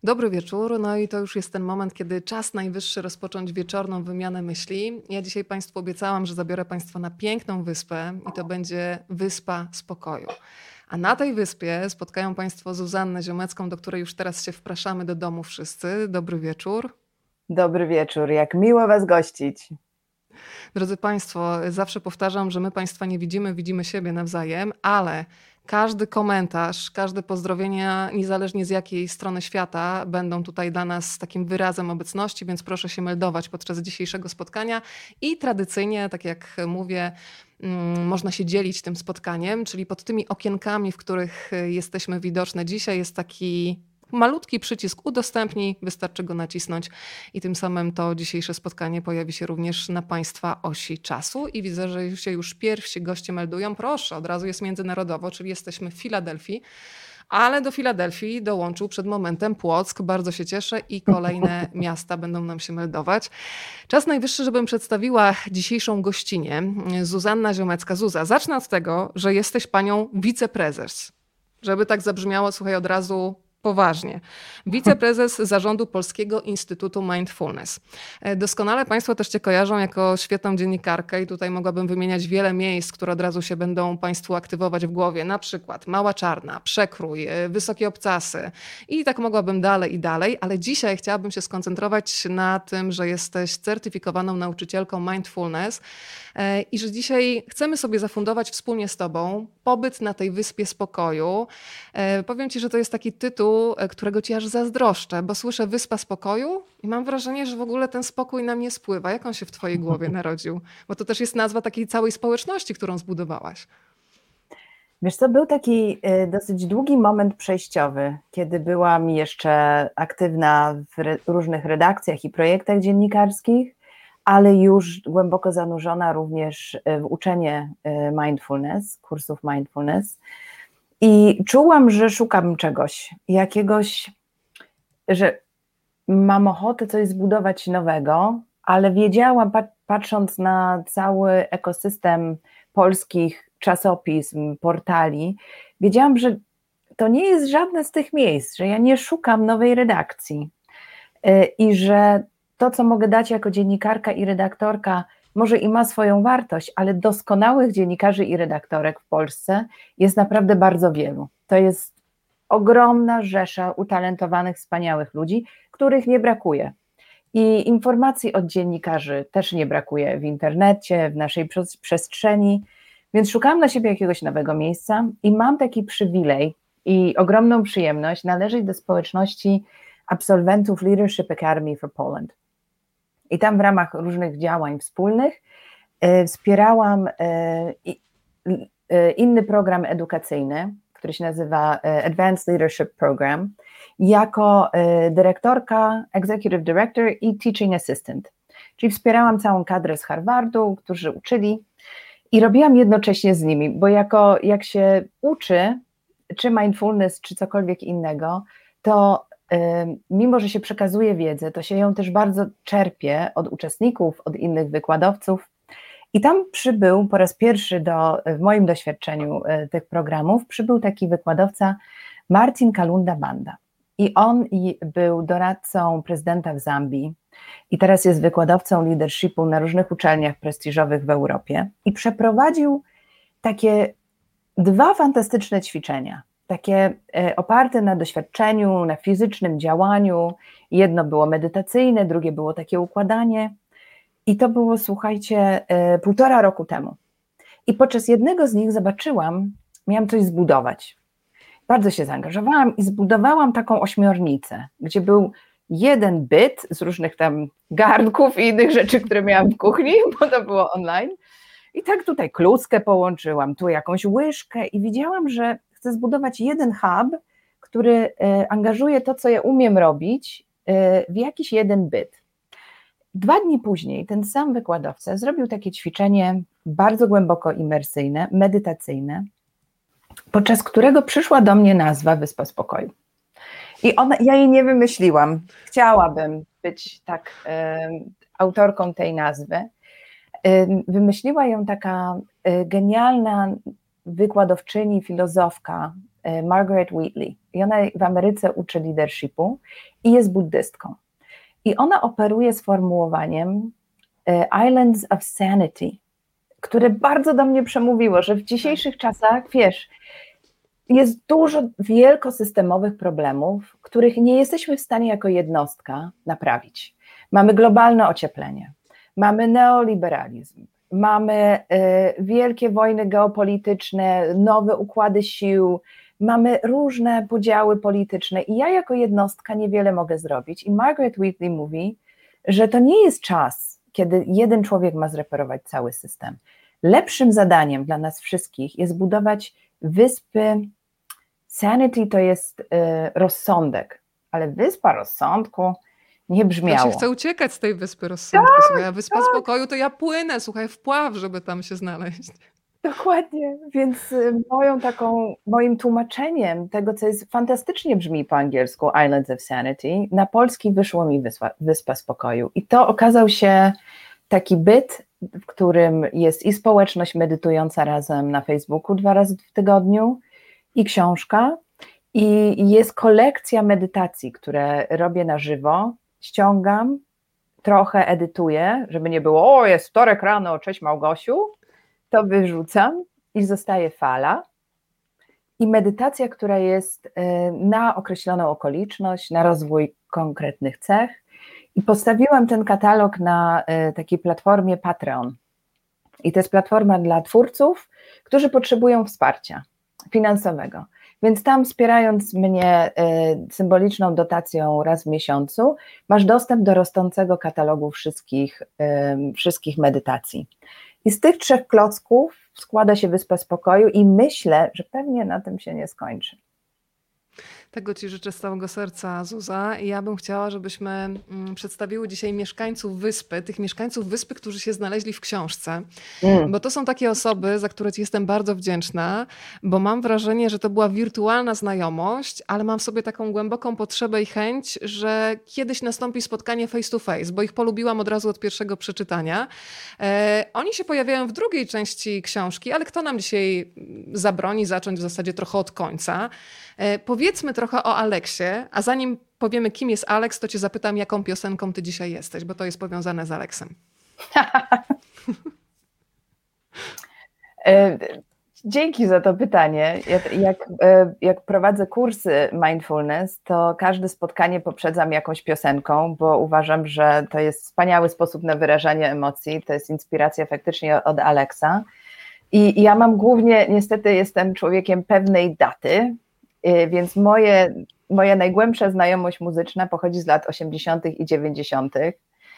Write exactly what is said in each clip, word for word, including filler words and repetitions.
Dobry wieczór, no i to już jest ten moment, kiedy czas najwyższy rozpocząć wieczorną wymianę myśli. Ja dzisiaj Państwu obiecałam, że zabiorę Państwa na piękną wyspę i to będzie Wyspa Spokoju. A na tej wyspie spotkają Państwo Zuzannę Ziomecką, do której już teraz się wpraszamy do domu wszyscy. Dobry wieczór. Dobry wieczór, jak miło Was gościć. Drodzy Państwo, zawsze powtarzam, że my Państwa nie widzimy, widzimy siebie nawzajem, ale każdy komentarz, każde pozdrowienia, niezależnie z jakiej strony świata, będą tutaj dla nas takim wyrazem obecności, więc proszę się meldować podczas dzisiejszego spotkania. I tradycyjnie, tak jak mówię, można się dzielić tym spotkaniem, czyli pod tymi okienkami, w których jesteśmy widoczne dzisiaj, jest taki malutki przycisk udostępnij, wystarczy go nacisnąć i tym samym to dzisiejsze spotkanie pojawi się również na Państwa osi czasu. I widzę, że się już pierwsi goście meldują. Proszę, od razu jest międzynarodowo, czyli jesteśmy w Filadelfii. Ale do Filadelfii dołączył przed momentem Płock. Bardzo się cieszę i kolejne miasta będą nam się meldować. Czas najwyższy, żebym przedstawiła dzisiejszą gościnię. Zuzanna Ziomecka. Zuza, zacznę od tego, że jesteś panią wiceprezes. Żeby tak zabrzmiało, słuchaj, od razu poważnie. Wiceprezes Zarządu Polskiego Instytutu Mindfulness. Doskonale Państwo też Cię kojarzą jako świetną dziennikarkę i tutaj mogłabym wymieniać wiele miejsc, które od razu się będą Państwu aktywować w głowie. Na przykład Mała Czarna, Przekrój, Wysokie Obcasy i tak mogłabym dalej i dalej, ale dzisiaj chciałabym się skoncentrować na tym, że jesteś certyfikowaną nauczycielką mindfulness i że dzisiaj chcemy sobie zafundować wspólnie z Tobą pobyt na tej Wyspie Spokoju. Powiem Ci, że to jest taki tytuł, którego Ci aż zazdroszczę, bo słyszę Wyspa Spokoju i mam wrażenie, że w ogóle ten spokój na mnie spływa. Jak on się w Twojej głowie narodził? Bo to też jest nazwa takiej całej społeczności, którą zbudowałaś. Wiesz co, był taki dosyć długi moment przejściowy, kiedy byłam jeszcze aktywna w re- różnych redakcjach i projektach dziennikarskich, ale już głęboko zanurzona również w uczenie mindfulness, kursów mindfulness. I czułam, że szukam czegoś, jakiegoś, że mam ochotę coś zbudować nowego, ale wiedziałam, patrząc na cały ekosystem polskich czasopism, portali, wiedziałam, że to nie jest żadne z tych miejsc, że ja nie szukam nowej redakcji i że to, co mogę dać jako dziennikarka i redaktorka, może i ma swoją wartość, ale doskonałych dziennikarzy i redaktorek w Polsce jest naprawdę bardzo wielu. To jest ogromna rzesza utalentowanych, wspaniałych ludzi, których nie brakuje. I informacji od dziennikarzy też nie brakuje w internecie, w naszej przestrzeni, więc szukałam dla siebie jakiegoś nowego miejsca i mam taki przywilej i ogromną przyjemność należeć do społeczności absolwentów Leadership Academy for Poland. I tam w ramach różnych działań wspólnych y, wspierałam y, y, inny program edukacyjny, który się nazywa Advanced Leadership Program, jako dyrektorka, executive director i teaching assistant. Czyli wspierałam całą kadrę z Harvardu, którzy uczyli i robiłam jednocześnie z nimi, bo jako jak się uczy, czy mindfulness, czy cokolwiek innego, to mimo, że się przekazuje wiedzę, to się ją też bardzo czerpie od uczestników, od innych wykładowców. I tam przybył po raz pierwszy do, w moim doświadczeniu tych programów, przybył taki wykładowca Martin Kalunda Banda. I on był doradcą prezydenta w Zambii i teraz jest wykładowcą leadershipu na różnych uczelniach prestiżowych w Europie i przeprowadził takie dwa fantastyczne ćwiczenia. Takie oparte na doświadczeniu, na fizycznym działaniu. Jedno było medytacyjne, drugie było takie układanie. I to było, słuchajcie, półtora roku temu. I podczas jednego z nich zobaczyłam, miałam coś zbudować. Bardzo się zaangażowałam i zbudowałam taką ośmiornicę, gdzie był jeden byt z różnych tam garnków i innych rzeczy, które miałam w kuchni, bo to było online. I tak tutaj kluskę połączyłam, tu jakąś łyżkę i widziałam, że chcę zbudować jeden hub, który angażuje to, co ja umiem robić, w jakiś jeden byt. Dwa dni później ten sam wykładowca zrobił takie ćwiczenie bardzo głęboko imersyjne, medytacyjne, podczas którego przyszła do mnie nazwa Wyspa Spokoju. I ona, ja jej nie wymyśliłam, chciałabym być tak e, autorką tej nazwy. E, wymyśliła ją taka e, genialna wykładowczyni, filozofka Margaret Wheatley i ona w Ameryce uczy leadershipu i jest buddystką. I ona operuje sformułowaniem Islands of Sanity, które bardzo do mnie przemówiło, że w dzisiejszych czasach, wiesz, jest dużo wielkosystemowych problemów, których nie jesteśmy w stanie jako jednostka naprawić. Mamy globalne ocieplenie, mamy neoliberalizm, mamy y, wielkie wojny geopolityczne, nowe układy sił, mamy różne podziały polityczne i ja jako jednostka niewiele mogę zrobić. I Margaret Wheatley mówi, że to nie jest czas, kiedy jeden człowiek ma zreperować cały system. Lepszym zadaniem dla nas wszystkich jest budować wyspy. Sanity to jest y, rozsądek, ale wyspa rozsądku nie brzmiało. Ja się chcę uciekać z tej wyspy rozsądku. Tak, Słuchaj, a wyspa tak. spokoju to ja płynę, słuchaj, wpław, żeby tam się znaleźć. Dokładnie, więc moją taką, moim tłumaczeniem tego, co jest fantastycznie brzmi po angielsku, Islands of Sanity, na polski wyszło mi wyspa, wyspa spokoju. I to okazał się taki byt, w którym jest i społeczność medytująca razem na Facebooku dwa razy w tygodniu, i książka, i jest kolekcja medytacji, które robię na żywo, ściągam, trochę edytuję, żeby nie było, o jest wtorek rano, cześć Małgosiu, to wyrzucam i zostaje fala i medytacja, która jest na określoną okoliczność, na rozwój konkretnych cech i postawiłam ten katalog na takiej platformie Patreon i to jest platforma dla twórców, którzy potrzebują wsparcia finansowego, więc tam wspierając mnie symboliczną dotacją raz w miesiącu, masz dostęp do rosnącego katalogu wszystkich, wszystkich medytacji. I z tych trzech klocków składa się Wyspa Spokoju i myślę, że pewnie na tym się nie skończy. Tego Ci życzę z całego serca, Zuza. I ja bym chciała, żebyśmy mm, przedstawiły dzisiaj mieszkańców wyspy, tych mieszkańców wyspy, którzy się znaleźli w książce. Mm. Bo to są takie osoby, za które Ci jestem bardzo wdzięczna, bo mam wrażenie, że to była wirtualna znajomość, ale mam w sobie taką głęboką potrzebę i chęć, że kiedyś nastąpi spotkanie face to face, bo ich polubiłam od razu od pierwszego przeczytania. E, oni się pojawiają w drugiej części książki, ale kto nam dzisiaj zabroni zacząć w zasadzie trochę od końca. E, powiedzmy trochę o Aleksie, a zanim powiemy, kim jest Aleks, to cię zapytam, jaką piosenką ty dzisiaj jesteś, bo to jest powiązane z Aleksem. Dzięki za to pytanie. Jak, jak prowadzę kursy mindfulness, to każde spotkanie poprzedzam jakąś piosenką, bo uważam, że to jest wspaniały sposób na wyrażanie emocji, to jest inspiracja faktycznie od Aleksa. I ja mam głównie, niestety jestem człowiekiem pewnej daty, więc moje, moja najgłębsza znajomość muzyczna pochodzi z lat osiemdziesiątych i dziewięćdziesiątych.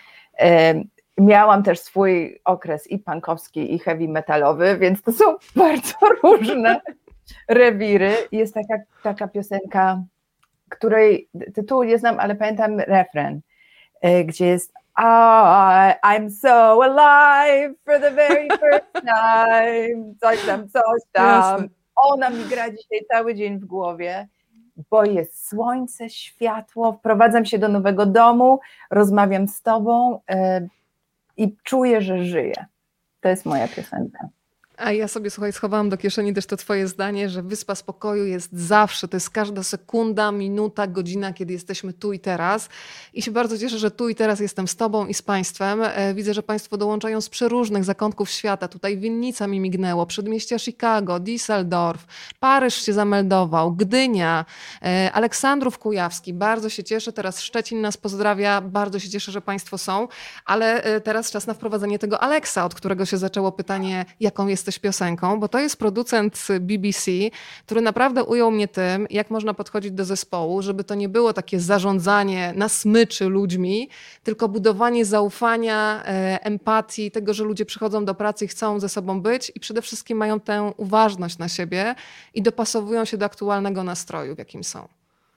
Miałam też swój okres i punkowski, i heavy metalowy, więc to są bardzo różne rewiry. Jest taka, taka piosenka, której tytułu nie znam, ale pamiętam refren, gdzie jest I, I'm so alive for the very first time, coś tam, coś tam. Ona mi gra dzisiaj cały dzień w głowie, bo jest słońce, światło, wprowadzam się do nowego domu, rozmawiam z tobą yy, i czuję, że żyję. To jest moja piosenka. A ja sobie, słuchaj, schowałam do kieszeni też to twoje zdanie, że Wyspa Spokoju jest zawsze, to jest każda sekunda, minuta, godzina, kiedy jesteśmy tu i teraz. I się bardzo cieszę, że tu i teraz jestem z tobą i z państwem. Widzę, że państwo dołączają z przeróżnych zakątków świata. Tutaj Winnica mi mignęło, przedmieścia Chicago, Düsseldorf, Paryż się zameldował, Gdynia, Aleksandrów Kujawski. Bardzo się cieszę, teraz Szczecin nas pozdrawia, bardzo się cieszę, że państwo są. Ale teraz czas na wprowadzenie tego Aleksa, od którego się zaczęło pytanie, jaką jest piosenką, bo to jest producent B B C, który naprawdę ujął mnie tym, jak można podchodzić do zespołu, żeby to nie było takie zarządzanie na smyczy ludźmi, tylko budowanie zaufania, empatii, tego, że ludzie przychodzą do pracy i chcą ze sobą być i przede wszystkim mają tę uważność na siebie i dopasowują się do aktualnego nastroju, w jakim są.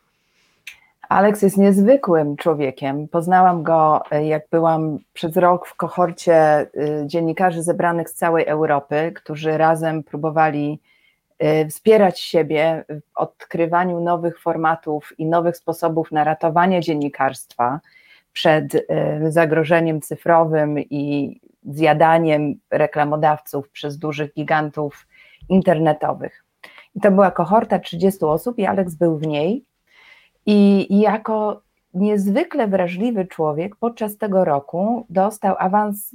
Aleks jest niezwykłym człowiekiem. Poznałam go, jak byłam przez rok w kohorcie dziennikarzy zebranych z całej Europy, którzy razem próbowali wspierać siebie w odkrywaniu nowych formatów i nowych sposobów na ratowanie dziennikarstwa przed zagrożeniem cyfrowym i zjadaniem reklamodawców przez dużych gigantów internetowych. I to była kohorta trzydziestu osób i Alex był w niej. I jako niezwykle wrażliwy człowiek podczas tego roku dostał awans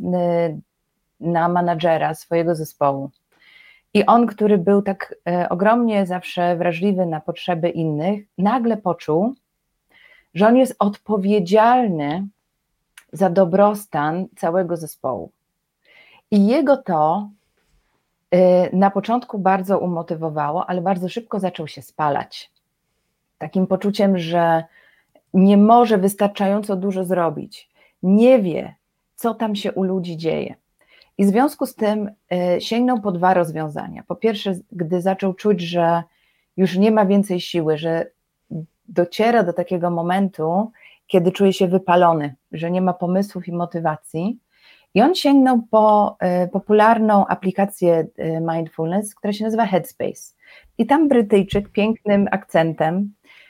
na menadżera swojego zespołu. I on, który był tak ogromnie zawsze wrażliwy na potrzeby innych, nagle poczuł, że on jest odpowiedzialny za dobrostan całego zespołu. I jego to na początku bardzo umotywowało, ale bardzo szybko zaczął się spalać. Takim poczuciem, że nie może wystarczająco dużo zrobić, nie wie, co tam się u ludzi dzieje. I w związku z tym sięgnął po dwa rozwiązania. Po pierwsze, gdy zaczął czuć, że już nie ma więcej siły, że dociera do takiego momentu, kiedy czuje się wypalony, że nie ma pomysłów i motywacji. I on sięgnął po popularną aplikację mindfulness, która się nazywa Headspace. I tam Brytyjczyk pięknym akcentem,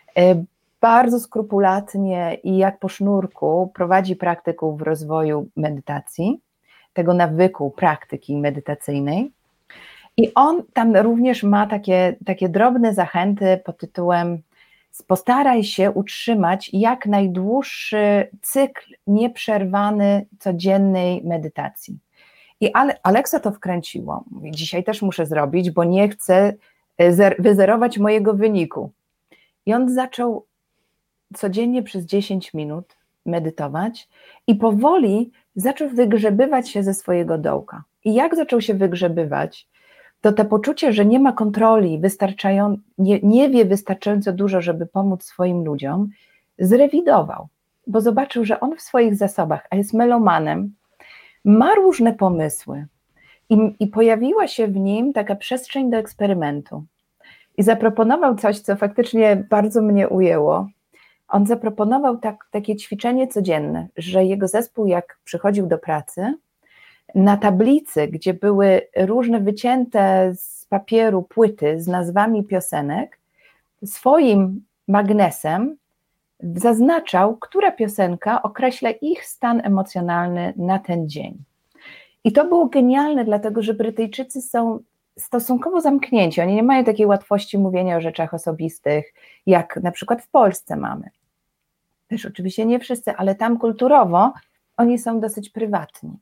bardzo skrupulatnie i jak po sznurku prowadzi praktyków w rozwoju medytacji, tego nawyku praktyki medytacyjnej. I on tam również ma takie, takie drobne zachęty pod tytułem: postaraj się utrzymać jak najdłuższy cykl nieprzerwany codziennej medytacji. I Ale, Alexa to wkręciło. Mówi, dzisiaj też muszę zrobić, bo nie chcę wyzerować mojego wyniku. I on zaczął codziennie przez dziesięć minut medytować i powoli zaczął wygrzebywać się ze swojego dołka. I jak zaczął się wygrzebywać, to to poczucie, że nie ma kontroli, wystarczają, nie, nie wie wystarczająco dużo, żeby pomóc swoim ludziom, zrewidował, bo zobaczył, że on w swoich zasobach, a jest melomanem, ma różne pomysły i, i pojawiła się w nim taka przestrzeń do eksperymentu. I zaproponował coś, co faktycznie bardzo mnie ujęło. On zaproponował tak, takie ćwiczenie codzienne, że jego zespół, jak przychodził do pracy, na tablicy, gdzie były różne wycięte z papieru płyty z nazwami piosenek, swoim magnesem zaznaczał, która piosenka określa ich stan emocjonalny na ten dzień. I to było genialne, dlatego że Brytyjczycy są stosunkowo zamknięci. Oni nie mają takiej łatwości mówienia o rzeczach osobistych, jak na przykład w Polsce mamy. Też oczywiście nie wszyscy, ale tam kulturowo oni są dosyć prywatni.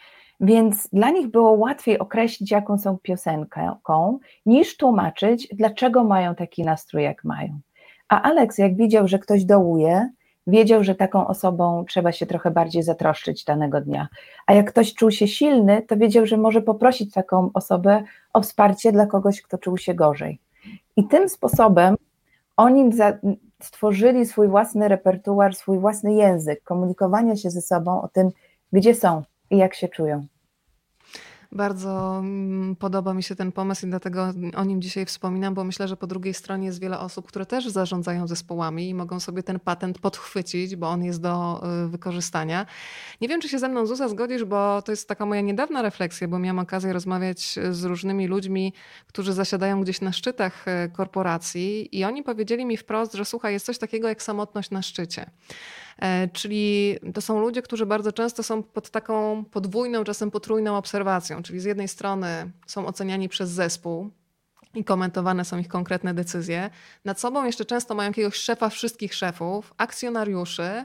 Więc dla nich było łatwiej określić, jaką są piosenką, niż tłumaczyć, dlaczego mają taki nastrój, jak mają. A Alex, jak widział, że ktoś dołuje, wiedział, że taką osobą trzeba się trochę bardziej zatroszczyć danego dnia. A jak ktoś czuł się silny, to wiedział, że może poprosić taką osobę o wsparcie dla kogoś, kto czuł się gorzej. I tym sposobem oni stworzyli swój własny repertuar, swój własny język komunikowania się ze sobą o tym, gdzie są i jak się czują. Bardzo podoba mi się ten pomysł i dlatego o nim dzisiaj wspominam, bo myślę, że po drugiej stronie jest wiele osób, które też zarządzają zespołami i mogą sobie ten patent podchwycić, bo on jest do wykorzystania. Nie wiem, czy się ze mną, Zuza, zgodzisz, bo to jest taka moja niedawna refleksja, bo miałam okazję rozmawiać z różnymi ludźmi, którzy zasiadają gdzieś na szczytach korporacji i oni powiedzieli mi wprost, że słuchaj, jest coś takiego jak samotność na szczycie. Czyli to są ludzie, którzy bardzo często są pod taką podwójną, czasem potrójną obserwacją, czyli z jednej strony są oceniani przez zespół i komentowane są ich konkretne decyzje. Nad sobą jeszcze często mają jakiegoś szefa wszystkich szefów, akcjonariuszy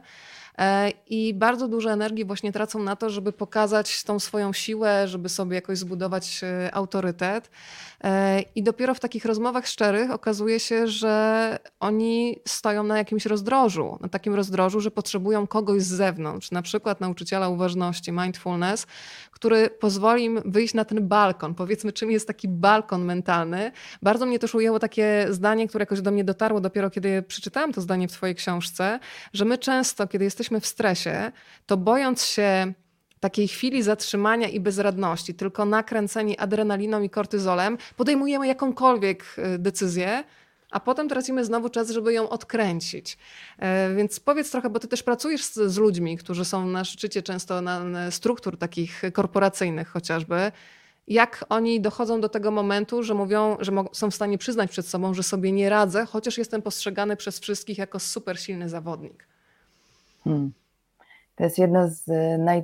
i bardzo dużo energii właśnie tracą na to, żeby pokazać tą swoją siłę, żeby sobie jakoś zbudować autorytet. I dopiero w takich rozmowach szczerych okazuje się, że oni stoją na jakimś rozdrożu, na takim rozdrożu, że potrzebują kogoś z zewnątrz, na przykład nauczyciela uważności, mindfulness, który pozwoli im wyjść na ten balkon. Powiedzmy, czym jest taki balkon mentalny. Bardzo mnie też ujęło takie zdanie, które jakoś do mnie dotarło dopiero kiedy przeczytałam to zdanie w twojej książce, że my często, kiedy jesteśmy w stresie, to bojąc się takiej chwili zatrzymania i bezradności, tylko nakręceni adrenaliną i kortyzolem, podejmujemy jakąkolwiek decyzję, a potem tracimy znowu czas, żeby ją odkręcić. Więc powiedz trochę, bo ty też pracujesz z, z ludźmi, którzy są na szczycie często na, na struktur takich korporacyjnych chociażby. Jak oni dochodzą do tego momentu, że mówią, że są w stanie przyznać przed sobą, że sobie nie radzę, chociaż jestem postrzegany przez wszystkich jako super silny zawodnik. Hmm. To jest jedno z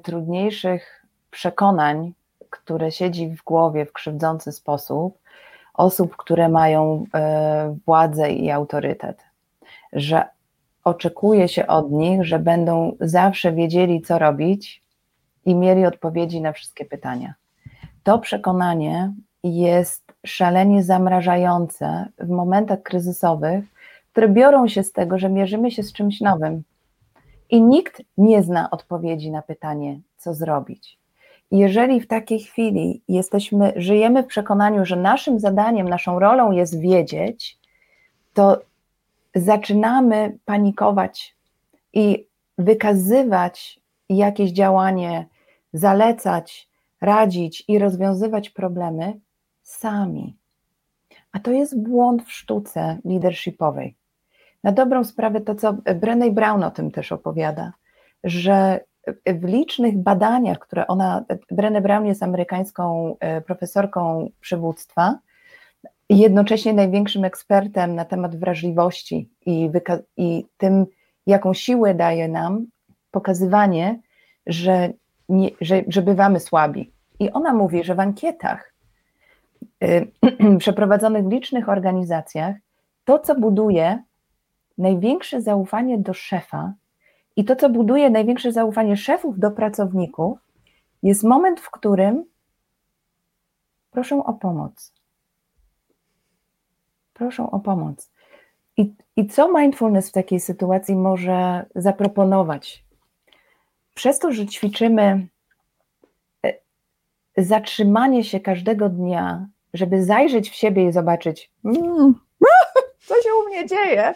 najtrudniejszych przekonań, które siedzi w głowie w krzywdzący sposób. osób, które mają władzę i autorytet, że oczekuje się od nich, że będą zawsze wiedzieli, co robić i mieli odpowiedzi na wszystkie pytania. To przekonanie jest szalenie zamrażające w momentach kryzysowych, które biorą się z tego, że mierzymy się z czymś nowym i nikt nie zna odpowiedzi na pytanie, co zrobić. I jeżeli w takiej chwili jesteśmy, żyjemy w przekonaniu, że naszym zadaniem, naszą rolą jest wiedzieć, to zaczynamy panikować i wykazywać jakieś działanie, zalecać, radzić i rozwiązywać problemy sami. A to jest błąd w sztuce leadershipowej. Na dobrą sprawę to, co Brené Brown o tym też opowiada, że w licznych badaniach, które ona, Brené Brown jest amerykańską profesorką przywództwa, i jednocześnie największym ekspertem na temat wrażliwości i, wyka- i tym, jaką siłę daje nam pokazywanie, że, nie, że, że bywamy słabi. I ona mówi, że w ankietach y, przeprowadzonych w licznych organizacjach to, co buduje największe zaufanie do szefa i to, co buduje największe zaufanie szefów do pracowników, jest moment, w którym proszą o pomoc. Proszą o pomoc. I, I co mindfulness w takiej sytuacji może zaproponować? Przez to, że ćwiczymy zatrzymanie się każdego dnia, żeby zajrzeć w siebie i zobaczyć, mm, co się u mnie dzieje.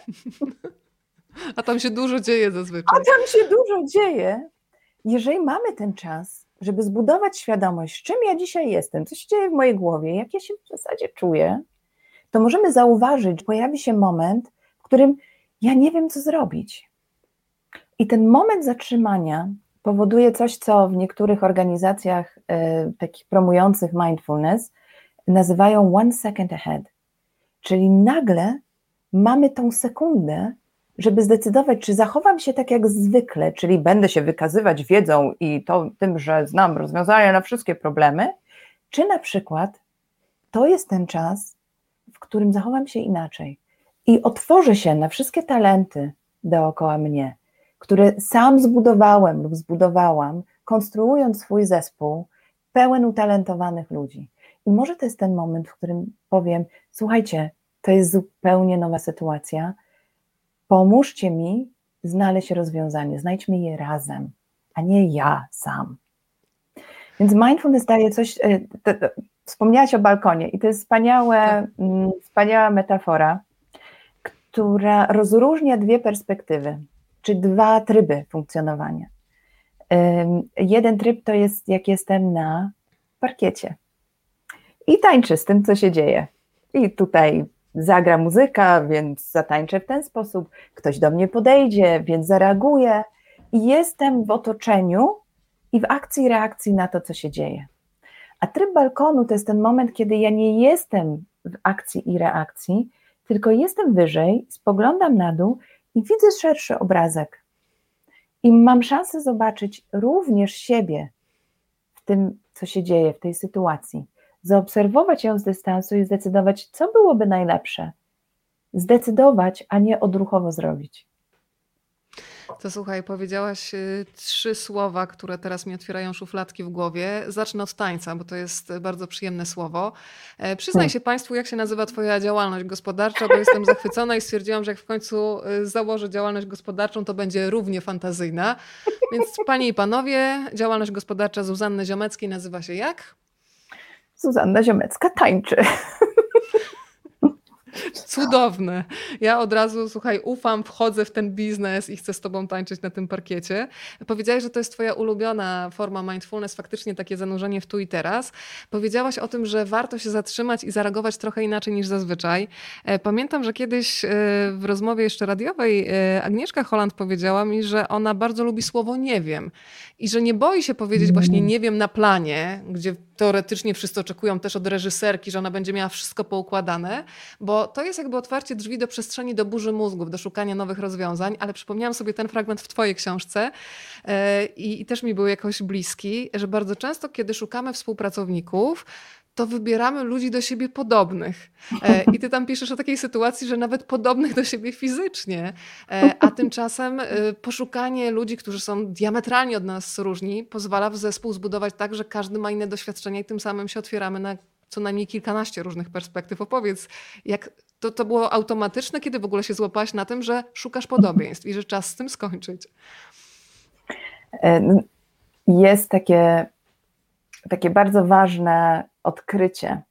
A tam się dużo dzieje zazwyczaj. A tam się dużo dzieje. Jeżeli mamy ten czas, żeby zbudować świadomość, z czym ja dzisiaj jestem, co się dzieje w mojej głowie, jak ja się w zasadzie czuję, to możemy zauważyć, że pojawi się moment, w którym ja nie wiem, co zrobić. I ten moment zatrzymania powoduje coś, co w niektórych organizacjach y, takich promujących mindfulness nazywają one second ahead. Czyli nagle mamy tą sekundę, żeby zdecydować, czy zachowam się tak jak zwykle, czyli będę się wykazywać wiedzą i to, tym, że znam rozwiązania na wszystkie problemy, czy na przykład to jest ten czas, w którym zachowam się inaczej i otworzę się na wszystkie talenty dookoła mnie, które sam zbudowałem lub zbudowałam, konstruując swój zespół pełen utalentowanych ludzi. I może to jest ten moment, w którym powiem, słuchajcie, to jest zupełnie nowa sytuacja, pomóżcie mi znaleźć rozwiązanie, znajdźmy je razem, a nie ja sam. Więc mindfulness daje coś, to, to, wspomniałaś o balkonie i to jest wspaniałe, wspaniała metafora, która rozróżnia dwie perspektywy, czy dwa tryby funkcjonowania. Jeden tryb to jest, jak jestem na parkiecie i tańczę z tym, co się dzieje. I tutaj zagra muzyka, więc zatańczę w ten sposób, ktoś do mnie podejdzie, więc zareaguję i jestem w otoczeniu i w akcji i reakcji na to, co się dzieje. A tryb balkonu to jest ten moment, kiedy ja nie jestem w akcji i reakcji, tylko jestem wyżej, spoglądam na dół i widzę szerszy obrazek. I mam szansę zobaczyć również siebie w tym, co się dzieje w tej sytuacji. Zaobserwować ją z dystansu i zdecydować, co byłoby najlepsze. Zdecydować, a nie odruchowo zrobić. To słuchaj, powiedziałaś y, trzy słowa, które teraz mi otwierają szufladki w głowie. Zacznę od tańca, bo to jest bardzo przyjemne słowo. E, przyznaj się Państwu, jak się nazywa Twoja działalność gospodarcza, bo jestem zachwycona i stwierdziłam, że jak w końcu y, założę działalność gospodarczą, to będzie równie fantazyjna. Więc Panie i Panowie, działalność gospodarcza Zuzanny Ziomeckiej nazywa się jak? Zuzanna Ziomecka tańczy. Cudowne. Ja od razu, słuchaj, ufam, wchodzę w ten biznes i chcę z tobą tańczyć na tym parkiecie. Powiedziałaś, że to jest twoja ulubiona forma mindfulness, faktycznie takie zanurzenie w tu i teraz. Powiedziałaś o tym, że warto się zatrzymać i zareagować trochę inaczej niż zazwyczaj. Pamiętam, że kiedyś w rozmowie jeszcze radiowej Agnieszka Holland powiedziała mi, że ona bardzo lubi słowo nie wiem i że nie boi się powiedzieć właśnie nie wiem na planie, gdzie teoretycznie wszyscy oczekują też od reżyserki, że ona będzie miała wszystko poukładane, bo to jest jakby otwarcie drzwi do przestrzeni, do burzy mózgów, do szukania nowych rozwiązań, ale przypomniałam sobie ten fragment w twojej książce i, i też mi był jakoś bliski, że bardzo często, kiedy szukamy współpracowników, to wybieramy ludzi do siebie podobnych. I ty tam piszesz o takiej sytuacji, że nawet podobnych do siebie fizycznie, a tymczasem poszukanie ludzi, którzy są diametralnie od nas różni, pozwala w zespół zbudować tak, że każdy ma inne doświadczenia i tym samym się otwieramy na co najmniej kilkanaście różnych perspektyw. Opowiedz, jak to, to było automatyczne, kiedy w ogóle się złapałaś na tym, że szukasz podobieństw i że czas z tym skończyć? Jest takie, takie bardzo ważne odkrycie,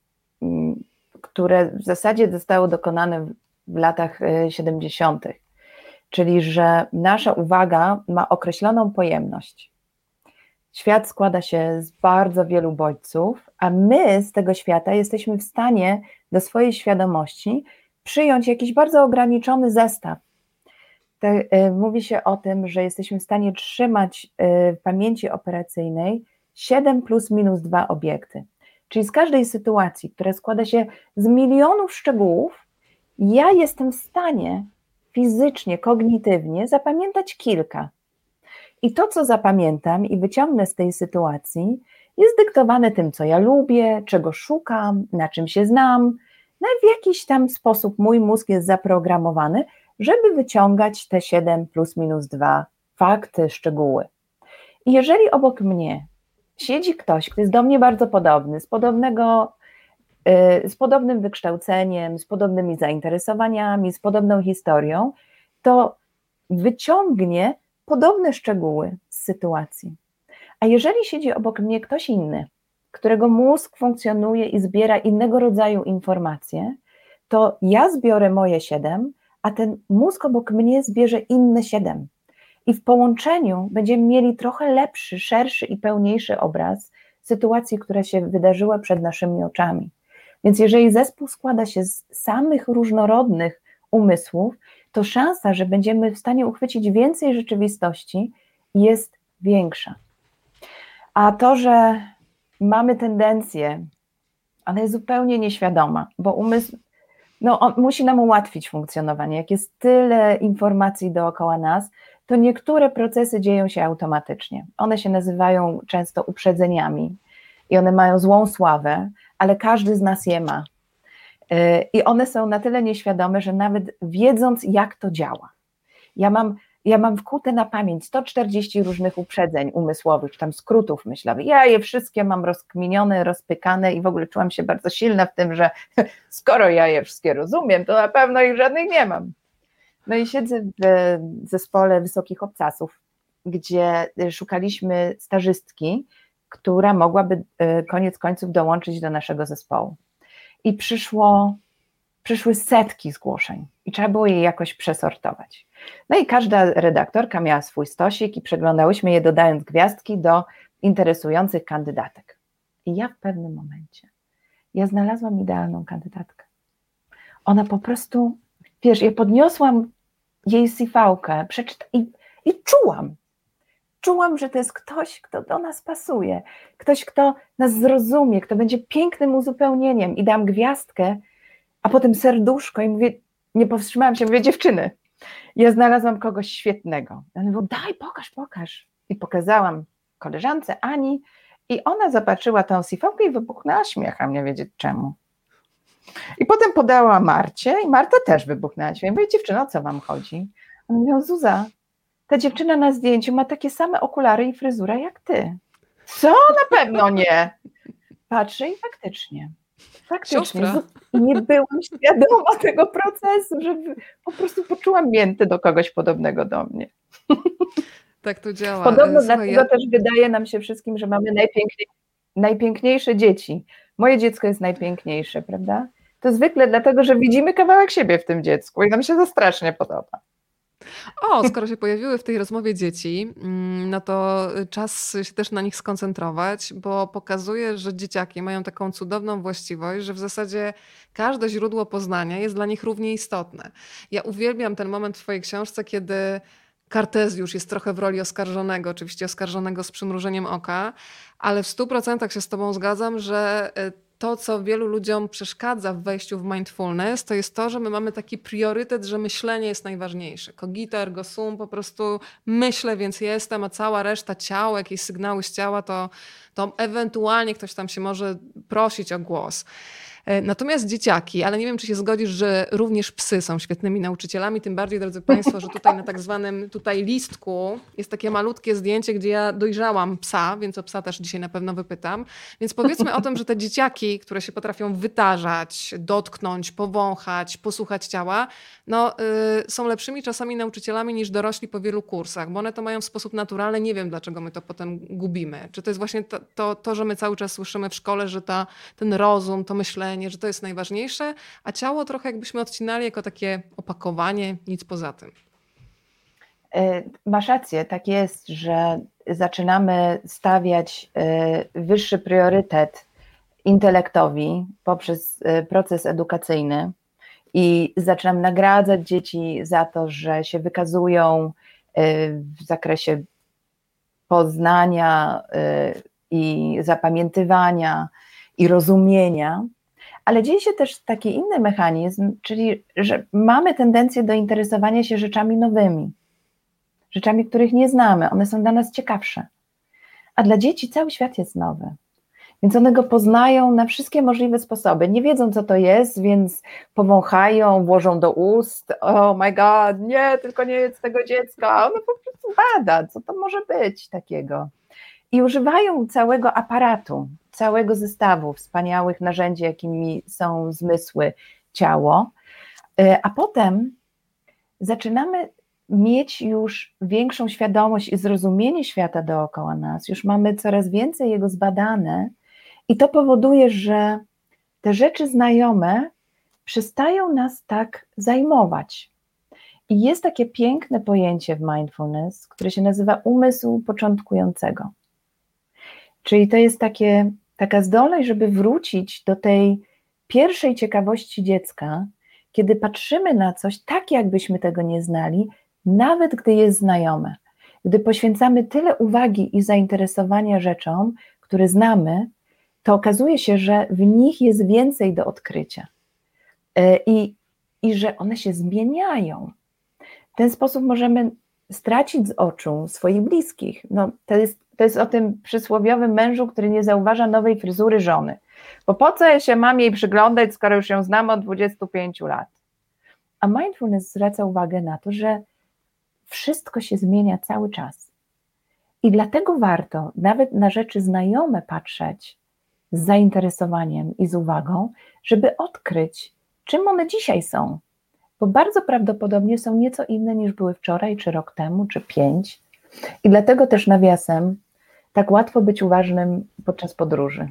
które w zasadzie zostało dokonane w latach siedemdziesiątych, czyli że nasza uwaga ma określoną pojemność. Świat składa się z bardzo wielu bodźców, a my z tego świata jesteśmy w stanie do swojej świadomości przyjąć jakiś bardzo ograniczony zestaw. Te, y, mówi się o tym, że jesteśmy w stanie trzymać y, w pamięci operacyjnej siedem plus minus dwa obiekty. Czyli z każdej sytuacji, która składa się z milionów szczegółów, ja jestem w stanie fizycznie, kognitywnie zapamiętać kilka. I to, co zapamiętam i wyciągnę z tej sytuacji, jest dyktowane tym, co ja lubię, czego szukam, na czym się znam. No i w jakiś tam sposób mój mózg jest zaprogramowany, żeby wyciągać te siedem plus minus dwa fakty, szczegóły. I jeżeli obok mnie siedzi ktoś, kto jest do mnie bardzo podobny, z podobnego, yy, z podobnym wykształceniem, z podobnymi zainteresowaniami, z podobną historią, to wyciągnie podobne szczegóły z sytuacji. A jeżeli siedzi obok mnie ktoś inny, którego mózg funkcjonuje i zbiera innego rodzaju informacje, to ja zbiorę moje siedem, a ten mózg obok mnie zbierze inne siedem. I w połączeniu będziemy mieli trochę lepszy, szerszy i pełniejszy obraz sytuacji, która się wydarzyła przed naszymi oczami. Więc jeżeli zespół składa się z samych różnorodnych umysłów, to szansa, że będziemy w stanie uchwycić więcej rzeczywistości, jest większa. A to, że mamy tendencję, ona jest zupełnie nieświadoma, bo umysł no, on musi nam ułatwić funkcjonowanie. Jak jest tyle informacji dookoła nas, to niektóre procesy dzieją się automatycznie. One się nazywają często uprzedzeniami i one mają złą sławę, ale każdy z nas je ma. I one są na tyle nieświadome, że nawet wiedząc, jak to działa. Ja mam, ja mam wkute na pamięć sto czterdzieści różnych uprzedzeń umysłowych, czy tam skrótów myślowych. Ja je wszystkie mam rozkminione, rozpykane i w ogóle czułam się bardzo silna w tym, że skoro ja je wszystkie rozumiem, to na pewno ich żadnych nie mam. No i siedzę w zespole wysokich obcasów, gdzie szukaliśmy stażystki, która mogłaby koniec końców dołączyć do naszego zespołu. I przyszło, przyszły setki zgłoszeń i trzeba było je jakoś przesortować. No i każda redaktorka miała swój stosik i przeglądałyśmy je, dodając gwiazdki do interesujących kandydatek. I ja w pewnym momencie, ja znalazłam idealną kandydatkę. Ona po prostu, wiesz, ja podniosłam jej C V-kę przeczyta- i, i czułam, czułam, że to jest ktoś, kto do nas pasuje, ktoś, kto nas zrozumie, kto będzie pięknym uzupełnieniem i dam gwiazdkę, a potem serduszko i mówię, nie powstrzymałam się, mówię, dziewczyny, ja znalazłam kogoś świetnego. Ja mówię, daj, pokaż, pokaż. I pokazałam koleżance Ani i ona zobaczyła tą C V-kę i wybuchnęła śmiechem, nie wiedzieć czemu. I potem podała Marcie i Marta też wybuchnęła śmiechem. Mówię, dziewczyno, o co wam chodzi? Ona mówiła, Zuza, ta dziewczyna na zdjęciu ma takie same okulary i fryzura jak ty. Co? Na pewno nie. Patrzę i faktycznie. Faktycznie. Siostra. Nie byłam świadoma tego procesu, że po prostu poczułam miętę do kogoś podobnego do mnie. Tak to działa. Podobno Słuchaj, dlatego ja... też wydaje nam się wszystkim, że mamy najpiękniej, najpiękniejsze dzieci. Moje dziecko jest najpiękniejsze, prawda? To zwykle dlatego, że widzimy kawałek siebie w tym dziecku i nam się to strasznie podoba. O, skoro się pojawiły w tej rozmowie dzieci, no to czas się też na nich skoncentrować, bo pokazuje, że dzieciaki mają taką cudowną właściwość, że w zasadzie każde źródło poznania jest dla nich równie istotne. Ja uwielbiam ten moment w twojej książce, kiedy Kartezjusz jest trochę w roli oskarżonego, oczywiście oskarżonego z przymrużeniem oka, ale w stu procentach się z tobą zgadzam, że to, co wielu ludziom przeszkadza w wejściu w mindfulness, to jest to, że my mamy taki priorytet, że myślenie jest najważniejsze. Cogito ergo sum, po prostu myślę, więc jestem, a cała reszta ciała, jakieś sygnały z ciała, to, to ewentualnie ktoś tam się może prosić o głos. Natomiast dzieciaki, ale nie wiem, czy się zgodzisz, że również psy są świetnymi nauczycielami, tym bardziej, drodzy Państwo, że tutaj na tak zwanym tutaj listku jest takie malutkie zdjęcie, gdzie ja dojrzałam psa, więc o psa też dzisiaj na pewno wypytam. Więc powiedzmy o tym, że te dzieciaki, które się potrafią wytarzać, dotknąć, powąchać, posłuchać ciała, no, yy, są lepszymi czasami nauczycielami niż dorośli po wielu kursach, bo one to mają w sposób naturalny. Nie wiem, dlaczego my to potem gubimy. Czy to jest właśnie to, to, to że my cały czas słyszymy w szkole, że ta, ten rozum, to myślenie, że to jest najważniejsze, a ciało trochę jakbyśmy odcinali jako takie opakowanie, nic poza tym. Masz rację, tak jest, że zaczynamy stawiać wyższy priorytet intelektowi poprzez proces edukacyjny i zaczynamy nagradzać dzieci za to, że się wykazują w zakresie poznania i zapamiętywania i rozumienia. Ale dzieje się też taki inny mechanizm, czyli że mamy tendencję do interesowania się rzeczami nowymi, rzeczami, których nie znamy, one są dla nas ciekawsze. A dla dzieci cały świat jest nowy, więc one go poznają na wszystkie możliwe sposoby. Nie wiedzą, co to jest, więc powąchają, włożą do ust, oh my god, nie, tylko nie jedz tego dziecka, ono po prostu bada, co to może być takiego. I używają całego aparatu, całego zestawu wspaniałych narzędzi, jakimi są zmysły, ciało, a potem zaczynamy mieć już większą świadomość i zrozumienie świata dookoła nas, już mamy coraz więcej jego zbadane i to powoduje, że te rzeczy znajome przestają nas tak zajmować. I jest takie piękne pojęcie w mindfulness, które się nazywa umysł początkującego. Czyli to jest takie, taka zdolność, żeby wrócić do tej pierwszej ciekawości dziecka, kiedy patrzymy na coś tak, jakbyśmy tego nie znali, nawet gdy jest znajome. Gdy poświęcamy tyle uwagi i zainteresowania rzeczom, które znamy, to okazuje się, że w nich jest więcej do odkrycia i, i że one się zmieniają. W ten sposób możemy stracić z oczu swoich bliskich. No, to jest, to jest o tym przysłowiowym mężu, który nie zauważa nowej fryzury żony. Bo po co ja się mam jej przyglądać, skoro już ją znam od dwudziestu pięciu lat? A mindfulness zwraca uwagę na to, że wszystko się zmienia cały czas. I dlatego warto nawet na rzeczy znajome patrzeć z zainteresowaniem i z uwagą, żeby odkryć, czym one dzisiaj są. Bo bardzo prawdopodobnie są nieco inne niż były wczoraj, czy rok temu, czy pięć. I dlatego też nawiasem tak łatwo być uważnym podczas podróży.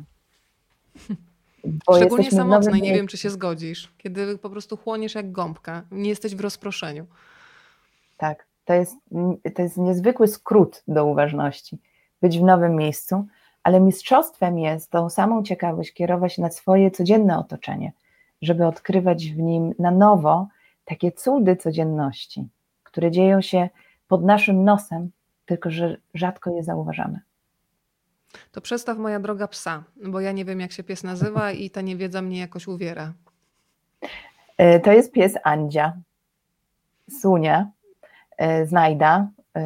Bo szczególnie samotnej, nie wiem, czy się zgodzisz, kiedy po prostu chłoniesz jak gąbka, nie jesteś w rozproszeniu. Tak, to jest, to jest niezwykły skrót do uważności, być w nowym miejscu, ale mistrzostwem jest tą samą ciekawość kierować na swoje codzienne otoczenie, żeby odkrywać w nim na nowo takie cudy codzienności, które dzieją się pod naszym nosem, tylko że rzadko je zauważamy. To przedstaw, moja droga, psa, bo ja nie wiem, jak się pies nazywa i ta niewiedza mnie jakoś uwiera. To jest pies Andzia, Sunia, znajda.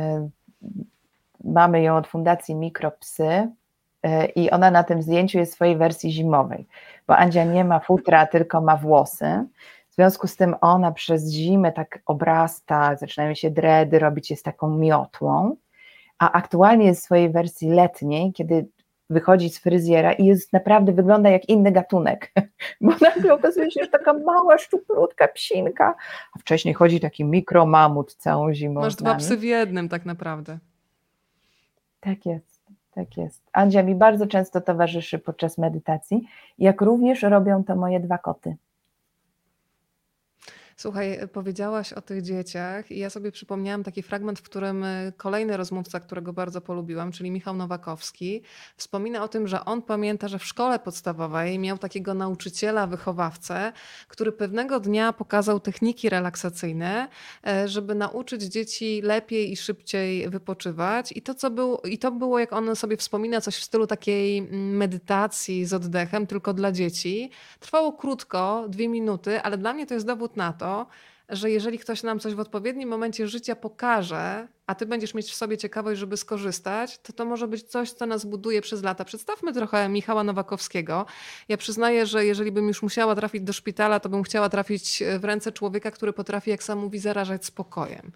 Mamy ją od Fundacji Mikropsy i ona na tym zdjęciu jest w swojej wersji zimowej, bo Andzia nie ma futra, tylko ma włosy. W związku z tym ona przez zimę tak obrasta, zaczynają się dredy robić, jest taką miotłą, a aktualnie jest w swojej wersji letniej, kiedy wychodzi z fryzjera i jest naprawdę, wygląda jak inny gatunek, bo nagle okazuje się, że taka mała, szczuplutka psinka, a wcześniej chodzi taki mikromamut całą zimą. Masz dwa psy w jednym tak naprawdę. Tak jest, tak jest. Andzia mi bardzo często towarzyszy podczas medytacji, jak również robią to moje dwa koty. Słuchaj, powiedziałaś o tych dzieciach i ja sobie przypomniałam taki fragment, w którym y, kolejny rozmówca, którego bardzo polubiłam, czyli Michał Nowakowski, wspomina o tym, że on pamięta, że w szkole podstawowej miał takiego nauczyciela, wychowawcę, który pewnego dnia pokazał techniki relaksacyjne, e, żeby nauczyć dzieci lepiej i szybciej wypoczywać. I to, co było, i to było, jak on sobie wspomina, coś w stylu takiej mm, medytacji z oddechem, tylko dla dzieci. Trwało krótko, dwie minuty, ale dla mnie to jest dowód na to, że jeżeli ktoś nam coś w odpowiednim momencie życia pokaże, a ty będziesz mieć w sobie ciekawość, żeby skorzystać, to to może być coś, co nas buduje przez lata. Przedstawmy trochę Michała Nowakowskiego. Ja przyznaję, że jeżeli bym już musiała trafić do szpitala, to bym chciała trafić w ręce człowieka, który potrafi, jak sam mówi, zarażać spokojem.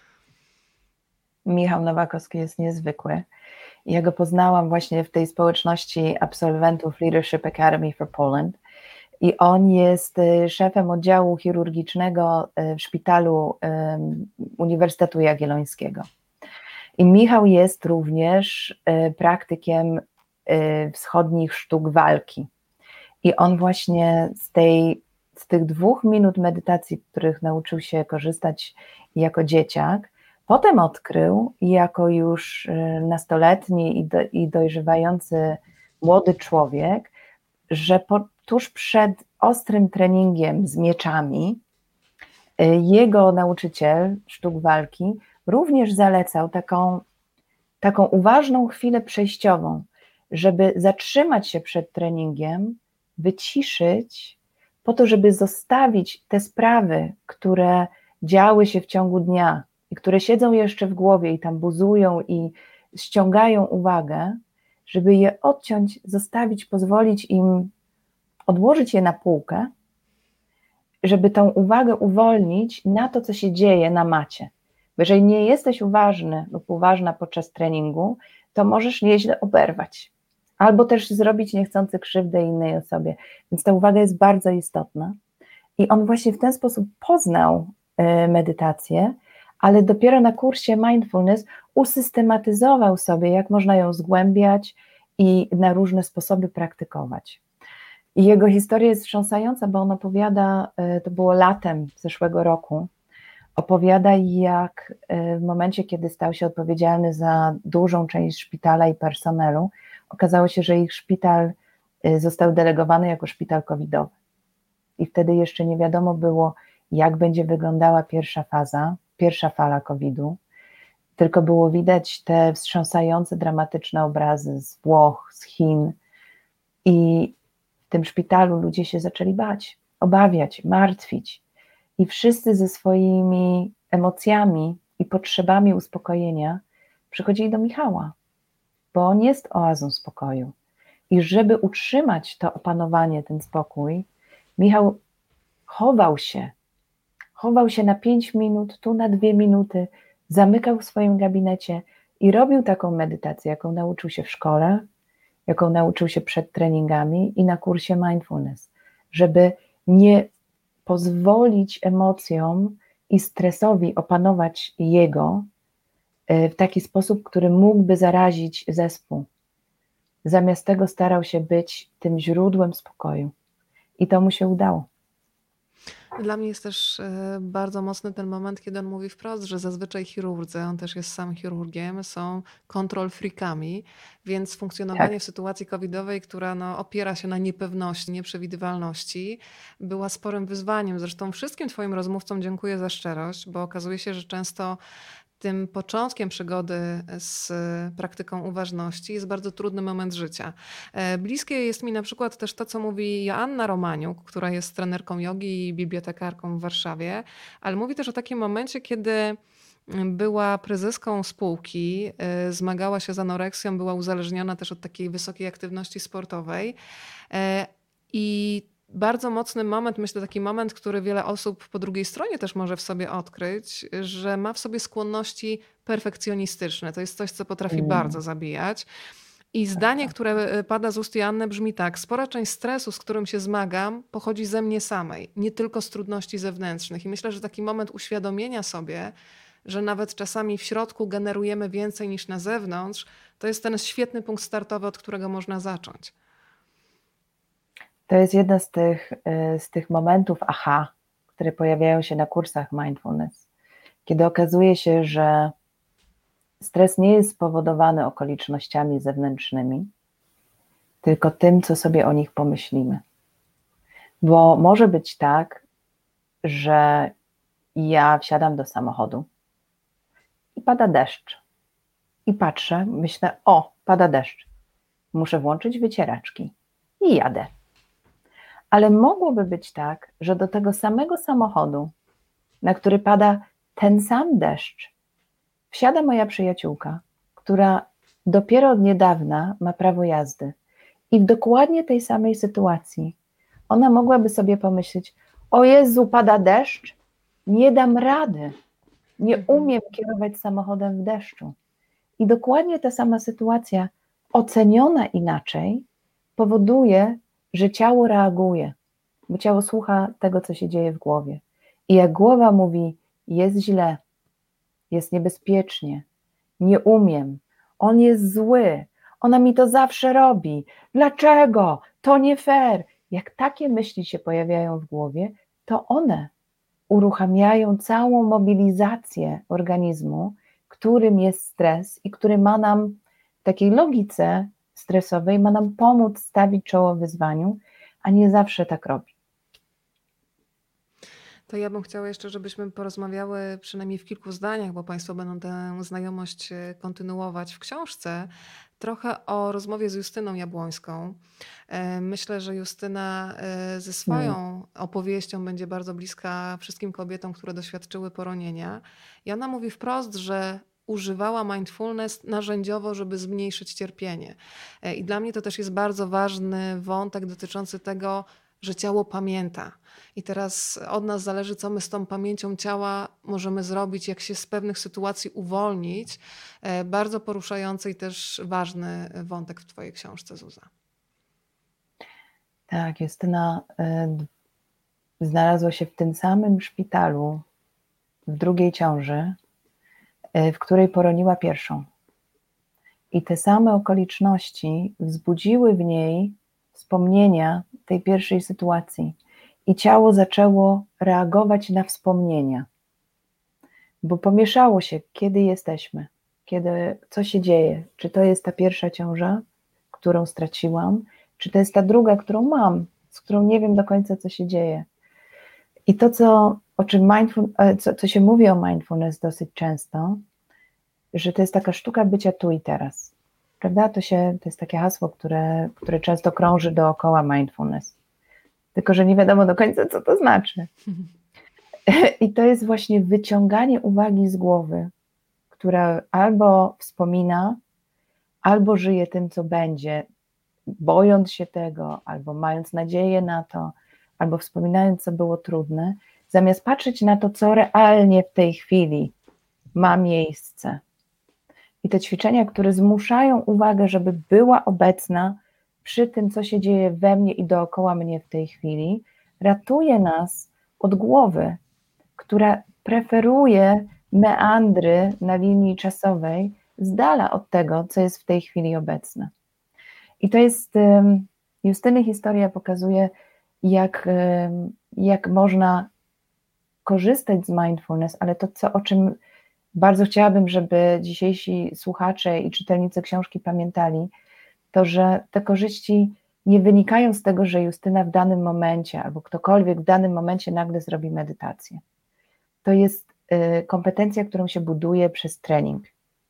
Michał Nowakowski jest niezwykły. Ja go poznałam właśnie w tej społeczności absolwentów Leadership Academy for Poland i on jest y, szefem oddziału chirurgicznego y, w szpitalu y, Uniwersytetu Jagiellońskiego. I Michał jest również y, praktykiem y, wschodnich sztuk walki. I on właśnie z, tej, z tych dwóch minut medytacji, których nauczył się korzystać jako dzieciak, potem odkrył jako już y, nastoletni i, do, i dojrzewający młody człowiek, że po, tuż przed ostrym treningiem z mieczami y, jego nauczyciel sztuk walki również zalecał taką, taką uważną chwilę przejściową, żeby zatrzymać się przed treningiem, wyciszyć, po to, żeby zostawić te sprawy, które działy się w ciągu dnia i które siedzą jeszcze w głowie i tam buzują i ściągają uwagę, żeby je odciąć, zostawić, pozwolić im odłożyć je na półkę, żeby tą uwagę uwolnić na to, co się dzieje na macie. Bo jeżeli nie jesteś uważny lub uważna podczas treningu, to możesz nieźle oberwać. Albo też zrobić niechcący krzywdę innej osobie. Więc ta uwaga jest bardzo istotna. I on właśnie w ten sposób poznał medytację, ale dopiero na kursie Mindfulness usystematyzował sobie, jak można ją zgłębiać i na różne sposoby praktykować. I jego historia jest wstrząsająca, bo on opowiada, to było latem zeszłego roku, opowiada, jak w momencie, kiedy stał się odpowiedzialny za dużą część szpitala i personelu, okazało się, że ich szpital został delegowany jako szpital covidowy. I wtedy jeszcze nie wiadomo było, jak będzie wyglądała pierwsza faza, pierwsza fala kowida, tylko było widać te wstrząsające, dramatyczne obrazy z Włoch, z Chin. I w tym szpitalu ludzie się zaczęli bać, obawiać, martwić. I wszyscy ze swoimi emocjami i potrzebami uspokojenia przychodzili do Michała, bo on jest oazą spokoju. I żeby utrzymać to opanowanie, ten spokój, Michał chował się, chował się na pięć minut, tu na dwie minuty, zamykał w swoim gabinecie i robił taką medytację, jaką nauczył się w szkole, jaką nauczył się przed treningami i na kursie Mindfulness, żeby nie pozwolić emocjom i stresowi opanować jego w taki sposób, który mógłby zarazić zespół. Zamiast tego starał się być tym źródłem spokoju. I to mu się udało. Dla mnie jest też e, bardzo mocny ten moment, kiedy on mówi wprost, że zazwyczaj chirurdzy, on też jest sam chirurgiem, są control freakami, więc funkcjonowanie Tak. w sytuacji covidowej, która no, opiera się na niepewności, nieprzewidywalności, była sporym wyzwaniem. Zresztą wszystkim twoim rozmówcom dziękuję za szczerość, bo okazuje się, że często tym początkiem przygody z praktyką uważności jest bardzo trudny moment życia. Bliskie jest mi na przykład też to, co mówi Joanna Romaniuk, która jest trenerką jogi i bibliotekarką w Warszawie, ale mówi też o takim momencie, kiedy była prezeską spółki, zmagała się z anoreksją, była uzależniona też od takiej wysokiej aktywności sportowej i bardzo mocny moment, myślę, taki moment, który wiele osób po drugiej stronie też może w sobie odkryć, że ma w sobie skłonności perfekcjonistyczne. To jest coś, co potrafi Mm. bardzo zabijać. I zdanie, które pada z ust Joanny brzmi tak: spora część stresu, z którym się zmagam, pochodzi ze mnie samej, nie tylko z trudności zewnętrznych. I myślę, że taki moment uświadomienia sobie, że nawet czasami w środku generujemy więcej niż na zewnątrz, to jest ten świetny punkt startowy, od którego można zacząć. To jest jeden z tych, z tych momentów aha, które pojawiają się na kursach mindfulness, kiedy okazuje się, że stres nie jest spowodowany okolicznościami zewnętrznymi, tylko tym, co sobie o nich pomyślimy. Bo może być tak, że ja wsiadam do samochodu i pada deszcz. I patrzę, myślę, o, pada deszcz. Muszę włączyć wycieraczki i jadę. Ale mogłoby być tak, że do tego samego samochodu, na który pada ten sam deszcz, wsiada moja przyjaciółka, która dopiero od niedawna ma prawo jazdy. I w dokładnie tej samej sytuacji ona mogłaby sobie pomyśleć, o Jezu, pada deszcz, nie dam rady, nie umiem kierować samochodem w deszczu. I dokładnie ta sama sytuacja, oceniona inaczej, powoduje, że ciało reaguje, bo ciało słucha tego, co się dzieje w głowie. I jak głowa mówi, jest źle, jest niebezpiecznie, nie umiem, on jest zły, ona mi to zawsze robi, dlaczego, to nie fair. Jak takie myśli się pojawiają w głowie, to one uruchamiają całą mobilizację organizmu, którym jest stres i który ma nam w takiej logice stresowej, ma nam pomóc stawić czoło wyzwaniu, a nie zawsze tak robi. To ja bym chciała jeszcze, żebyśmy porozmawiały przynajmniej w kilku zdaniach, bo Państwo będą tę znajomość kontynuować w książce, trochę o rozmowie z Justyną Jabłońską. Myślę, że Justyna ze swoją opowieścią będzie bardzo bliska wszystkim kobietom, które doświadczyły poronienia. I ona mówi wprost, że używała mindfulness narzędziowo, żeby zmniejszyć cierpienie. I dla mnie to też jest bardzo ważny wątek dotyczący tego, że ciało pamięta. I teraz od nas zależy, co my z tą pamięcią ciała możemy zrobić, jak się z pewnych sytuacji uwolnić. Bardzo poruszający i też ważny wątek w Twojej książce, Zuza. Tak, Justyna y, znalazła się w tym samym szpitalu w drugiej ciąży, y, w której poroniła pierwszą. I te same okoliczności wzbudziły w niej wspomnienia tej pierwszej sytuacji. I ciało zaczęło reagować na wspomnienia, bo pomieszało się, kiedy jesteśmy, kiedy, co się dzieje, czy to jest ta pierwsza ciąża, którą straciłam, czy to jest ta druga, którą mam, z którą nie wiem do końca, co się dzieje. I to, co, o czym mindful, co, co się mówi o mindfulness dosyć często, że to jest taka sztuka bycia tu i teraz, prawda? To, się, to jest takie hasło, które, które często krąży dookoła mindfulness. Tylko że nie wiadomo do końca, co to znaczy. I to jest właśnie wyciąganie uwagi z głowy, która albo wspomina, albo żyje tym, co będzie, bojąc się tego, albo mając nadzieję na to, albo wspominając, co było trudne, zamiast patrzeć na to, co realnie w tej chwili ma miejsce. I te ćwiczenia, które zmuszają uwagę, żeby była obecna przy tym, co się dzieje we mnie i dookoła mnie w tej chwili, ratuje nas od głowy, która preferuje meandry na linii czasowej z dala od tego, co jest w tej chwili obecne. I to jest, Justyny historia pokazuje, jak, jak można korzystać z mindfulness, ale to, co, o czym bardzo chciałabym, żeby dzisiejsi słuchacze i czytelnicy książki pamiętali, to, że te korzyści nie wynikają z tego, że Justyna w danym momencie albo ktokolwiek w danym momencie nagle zrobi medytację. To jest kompetencja, którą się buduje przez trening.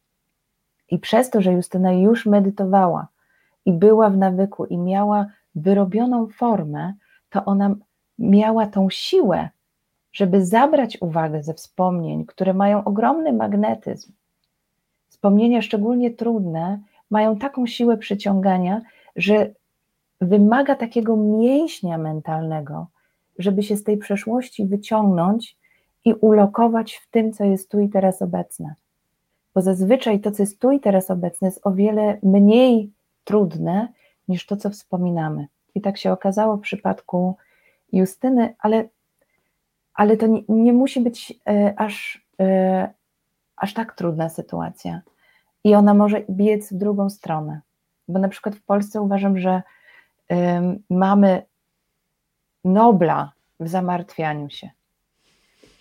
I przez to, że Justyna już medytowała i była w nawyku i miała wyrobioną formę, to ona miała tą siłę, żeby zabrać uwagę ze wspomnień, które mają ogromny magnetyzm. Wspomnienia, szczególnie trudne, mają taką siłę przyciągania, że wymaga takiego mięśnia mentalnego, żeby się z tej przeszłości wyciągnąć i ulokować w tym, co jest tu i teraz obecne. Bo zazwyczaj to, co jest tu i teraz obecne, jest o wiele mniej trudne niż to, co wspominamy. I tak się okazało w przypadku Justyny, ale, ale to nie, nie musi być e, aż, e, aż tak trudna sytuacja. I ona może biec w drugą stronę. Bo na przykład w Polsce uważam, że y, mamy Nobla w zamartwianiu się.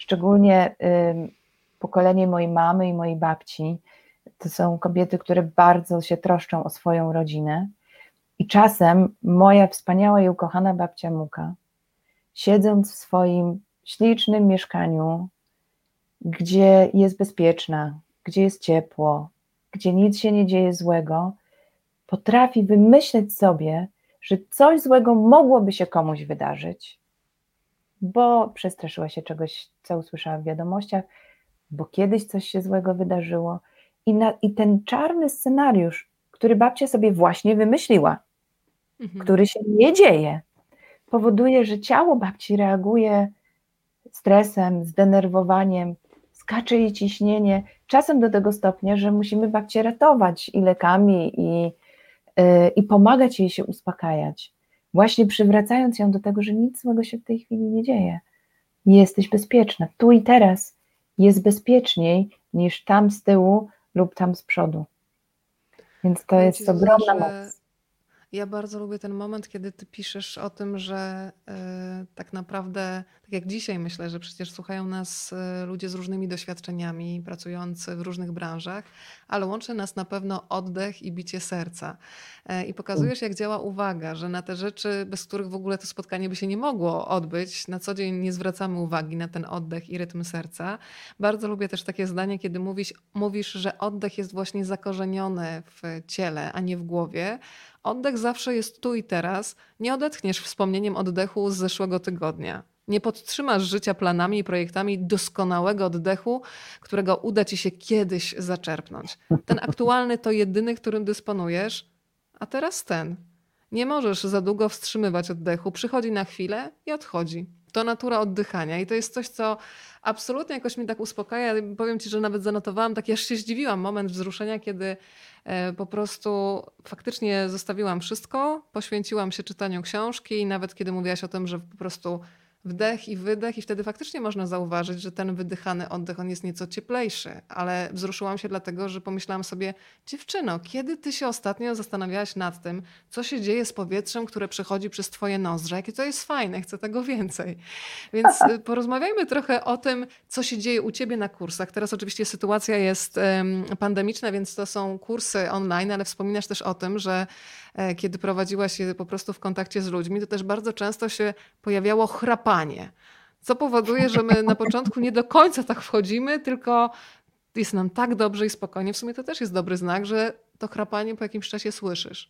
szczególnie y, pokolenie mojej mamy i mojej babci, to są kobiety, które bardzo się troszczą o swoją rodzinę i czasem moja wspaniała i ukochana babcia Muka, siedząc w swoim ślicznym mieszkaniu, gdzie jest bezpieczna, gdzie jest ciepło, gdzie nic się nie dzieje złego, potrafi wymyśleć sobie, że coś złego mogłoby się komuś wydarzyć, bo przestraszyła się czegoś, co usłyszała w wiadomościach, bo kiedyś coś się złego wydarzyło. I, na, i ten czarny scenariusz, który babcia sobie właśnie wymyśliła, mhm. który się nie dzieje, powoduje, że ciało babci reaguje stresem, zdenerwowaniem, skacze jej ciśnienie, czasem do tego stopnia, że musimy babcię ratować i lekami, i, yy, i pomagać jej się uspokajać, właśnie przywracając ją do tego, że nic złego się w tej chwili nie dzieje. Jesteś bezpieczna, tu i teraz jest bezpieczniej niż tam z tyłu lub tam z przodu. Więc to jest ogromna moc. Ja bardzo lubię ten moment, kiedy ty piszesz o tym, że y, tak naprawdę, tak jak dzisiaj myślę, że przecież słuchają nas y, ludzie z różnymi doświadczeniami, pracujący w różnych branżach, ale łączy nas na pewno oddech i bicie serca. Y, I pokazujesz, jak działa uwaga, że na te rzeczy, bez których w ogóle to spotkanie by się nie mogło odbyć, na co dzień nie zwracamy uwagi na ten oddech i rytm serca. Bardzo lubię też takie zdanie, kiedy mówisz, mówisz, że oddech jest właśnie zakorzeniony w ciele, a nie w głowie. Oddech zawsze jest tu i teraz. Nie odetchniesz wspomnieniem oddechu z zeszłego tygodnia. Nie podtrzymasz życia planami i projektami doskonałego oddechu, którego uda ci się kiedyś zaczerpnąć. Ten aktualny to jedyny, którym dysponujesz, a teraz ten. Nie możesz za długo wstrzymywać oddechu. Przychodzi na chwilę i odchodzi. To natura oddychania i to jest coś, co absolutnie jakoś mnie tak uspokaja. Powiem ci, że nawet zanotowałam, tak aż się zdziwiłam, moment wzruszenia, kiedy po prostu faktycznie zostawiłam wszystko, poświęciłam się czytaniu książki i nawet kiedy mówiłaś o tym, że po prostu wdech i wydech i wtedy faktycznie można zauważyć, że ten wydychany oddech, on jest nieco cieplejszy, ale wzruszyłam się dlatego, że pomyślałam sobie, dziewczyno, kiedy ty się ostatnio zastanawiałaś nad tym, co się dzieje z powietrzem, które przechodzi przez twoje nozdrza, jakie to jest fajne, chcę tego więcej. Więc porozmawiajmy trochę o tym, co się dzieje u ciebie na kursach. Teraz oczywiście sytuacja jest pandemiczna, więc to są kursy online, ale wspominasz też o tym, że kiedy prowadziłaś je po prostu w kontakcie z ludźmi, to też bardzo często się pojawiało chrapanie, co powoduje, że my na początku nie do końca tak wchodzimy, tylko jest nam tak dobrze i spokojnie. W sumie to też jest dobry znak, że to chrapanie po jakimś czasie słyszysz.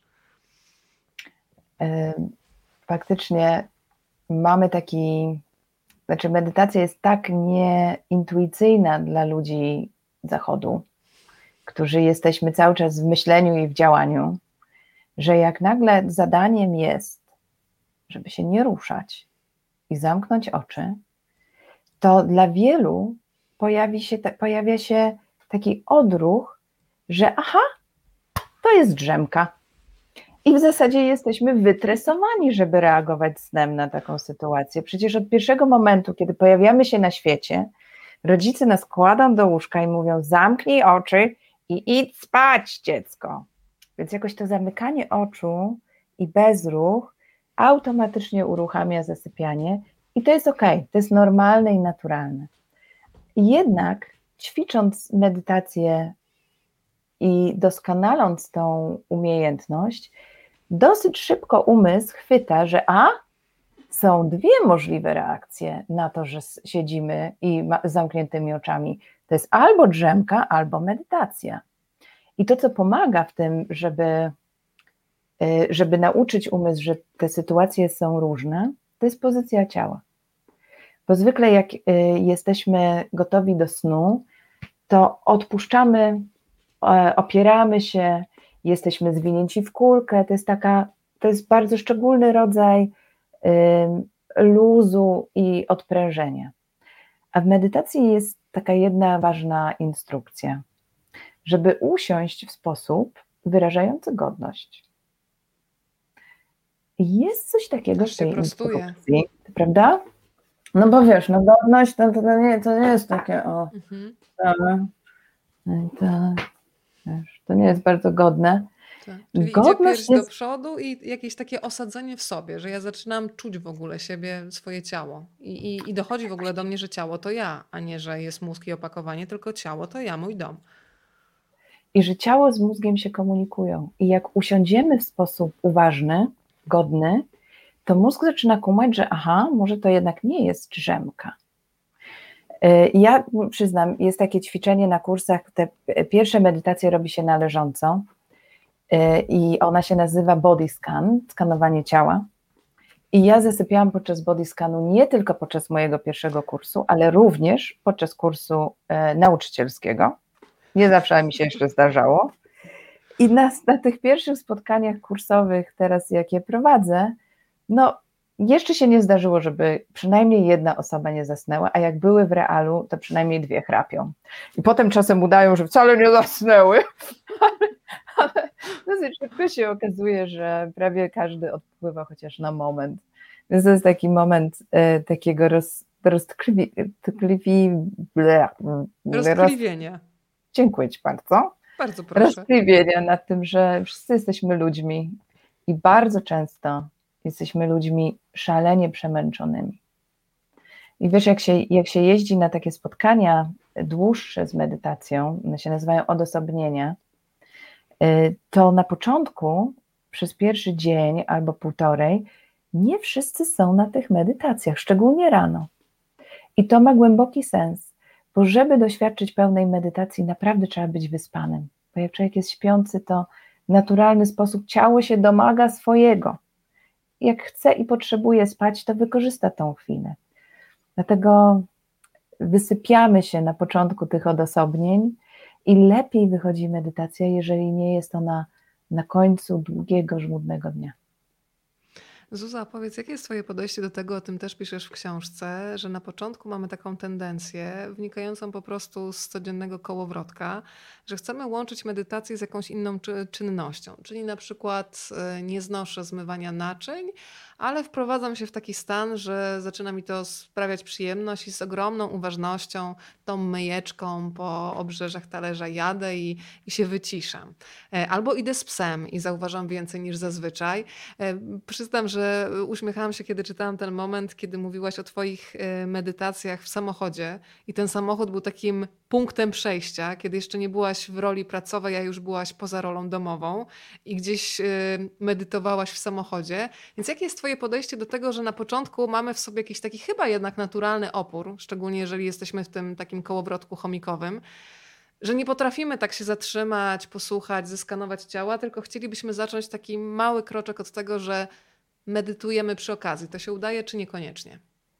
Faktycznie mamy taki, znaczy medytacja jest tak nieintuicyjna dla ludzi zachodu, którzy jesteśmy cały czas w myśleniu i w działaniu, że jak nagle zadaniem jest, żeby się nie ruszać i zamknąć oczy, to dla wielu pojawi się, pojawia się taki odruch, że aha, to jest drzemka. I w zasadzie jesteśmy wytresowani, żeby reagować snem na taką sytuację. Przecież od pierwszego momentu, kiedy pojawiamy się na świecie, rodzice nas kładą do łóżka i mówią: zamknij oczy i idź spać, dziecko. Więc jakoś to zamykanie oczu i bezruch automatycznie uruchamia zasypianie i to jest okej, to jest normalne i naturalne. Jednak ćwicząc medytację i doskonaląc tą umiejętność, dosyć szybko umysł chwyta, że a, są dwie możliwe reakcje na to, że siedzimy i z zamkniętymi oczami. To jest albo drzemka, albo medytacja. I to, co pomaga w tym, żeby, żeby nauczyć umysł, że te sytuacje są różne, to jest pozycja ciała. Bo zwykle jak jesteśmy gotowi do snu, to odpuszczamy, opieramy się, jesteśmy zwinięci w kulkę, to jest taka, to jest bardzo szczególny rodzaj luzu i odprężenia. A w medytacji jest taka jedna ważna instrukcja, żeby usiąść w sposób wyrażający godność. Jest coś takiego w tej instrukcji, prawda? No bo wiesz, no godność to, to, nie, to nie jest takie o, mhm. to, to, wiesz, to nie jest bardzo godne. Tak. Czyli idzie Godność pierś do jest przodu i jakieś takie osadzenie w sobie, że ja zaczynam czuć w ogóle siebie, swoje ciało. I, i, i dochodzi w ogóle do mnie, że ciało to ja, a nie, że jest mózg i opakowanie, tylko ciało to ja, mój dom. i że ciało z mózgiem się komunikują. I jak usiądziemy w sposób uważny, godny, to mózg zaczyna kumać, że aha, może to jednak nie jest drzemka. Y, Ja przyznam, jest takie ćwiczenie na kursach, te pierwsze medytacje robi się na leżąco y, i ona się nazywa body scan, skanowanie ciała. I ja zasypiałam podczas body scanu nie tylko podczas mojego pierwszego kursu, ale również podczas kursu e, nauczycielskiego. Nie zawsze mi się jeszcze zdarzało. I na, na tych pierwszych spotkaniach kursowych, teraz jakie prowadzę, no jeszcze się nie zdarzyło, żeby przynajmniej jedna osoba nie zasnęła, a jak były w realu, to przynajmniej dwie chrapią. I potem czasem udają, że wcale nie zasnęły, ale, ale dosyć szybko się okazuje, że prawie każdy odpływa chociaż na moment. Więc to jest taki moment e, takiego roz, roztkliwi, tkliwi, ble, roz, Roztkliwienie. dziękuję Ci bardzo. Bardzo proszę. Roztkliwienia nad tym, że wszyscy jesteśmy ludźmi i bardzo często jesteśmy ludźmi szalenie przemęczonymi. I wiesz, jak się, jak się jeździ na takie spotkania dłuższe z medytacją, one się nazywają odosobnienia, to na początku, przez pierwszy dzień albo półtorej, nie wszyscy są na tych medytacjach, szczególnie rano. I to ma głęboki sens, bo żeby doświadczyć pełnej medytacji, naprawdę trzeba być wyspanym. Bo jak człowiek jest śpiący, to w naturalny sposób ciało się domaga swojego. Jak chce i potrzebuje spać, to wykorzysta tą chwilę. Dlatego wysypiamy się na początku tych odosobnień i lepiej wychodzi medytacja, jeżeli nie jest ona na końcu długiego, żmudnego dnia. Zuza, powiedz, jakie jest Twoje podejście do tego, o tym też piszesz w książce, że na początku mamy taką tendencję wynikającą po prostu z codziennego kołowrotka, że chcemy łączyć medytację z jakąś inną czy, czynnością, czyli na przykład y, nie znoszę zmywania naczyń, ale wprowadzam się w taki stan, że zaczyna mi to sprawiać przyjemność i z ogromną uważnością tą myjeczką po obrzeżach talerza jadę i, i się wyciszam. E, Albo idę z psem i zauważam więcej niż zazwyczaj. E, Przyznam, że uśmiechałam się, kiedy czytałam ten moment, kiedy mówiłaś o Twoich e, medytacjach w samochodzie i ten samochód był takim punktem przejścia, kiedy jeszcze nie byłaś w roli pracowej, a już byłaś poza rolą domową i gdzieś e, medytowałaś w samochodzie. Więc jakie jest Twoje podejście do tego, że na początku mamy w sobie jakiś taki chyba jednak naturalny opór, szczególnie jeżeli jesteśmy w tym takim kołowrotku chomikowym, że nie potrafimy tak się zatrzymać, posłuchać, zeskanować ciała, tylko chcielibyśmy zacząć taki mały kroczek od tego, że medytujemy przy okazji. To się udaje, czy niekoniecznie?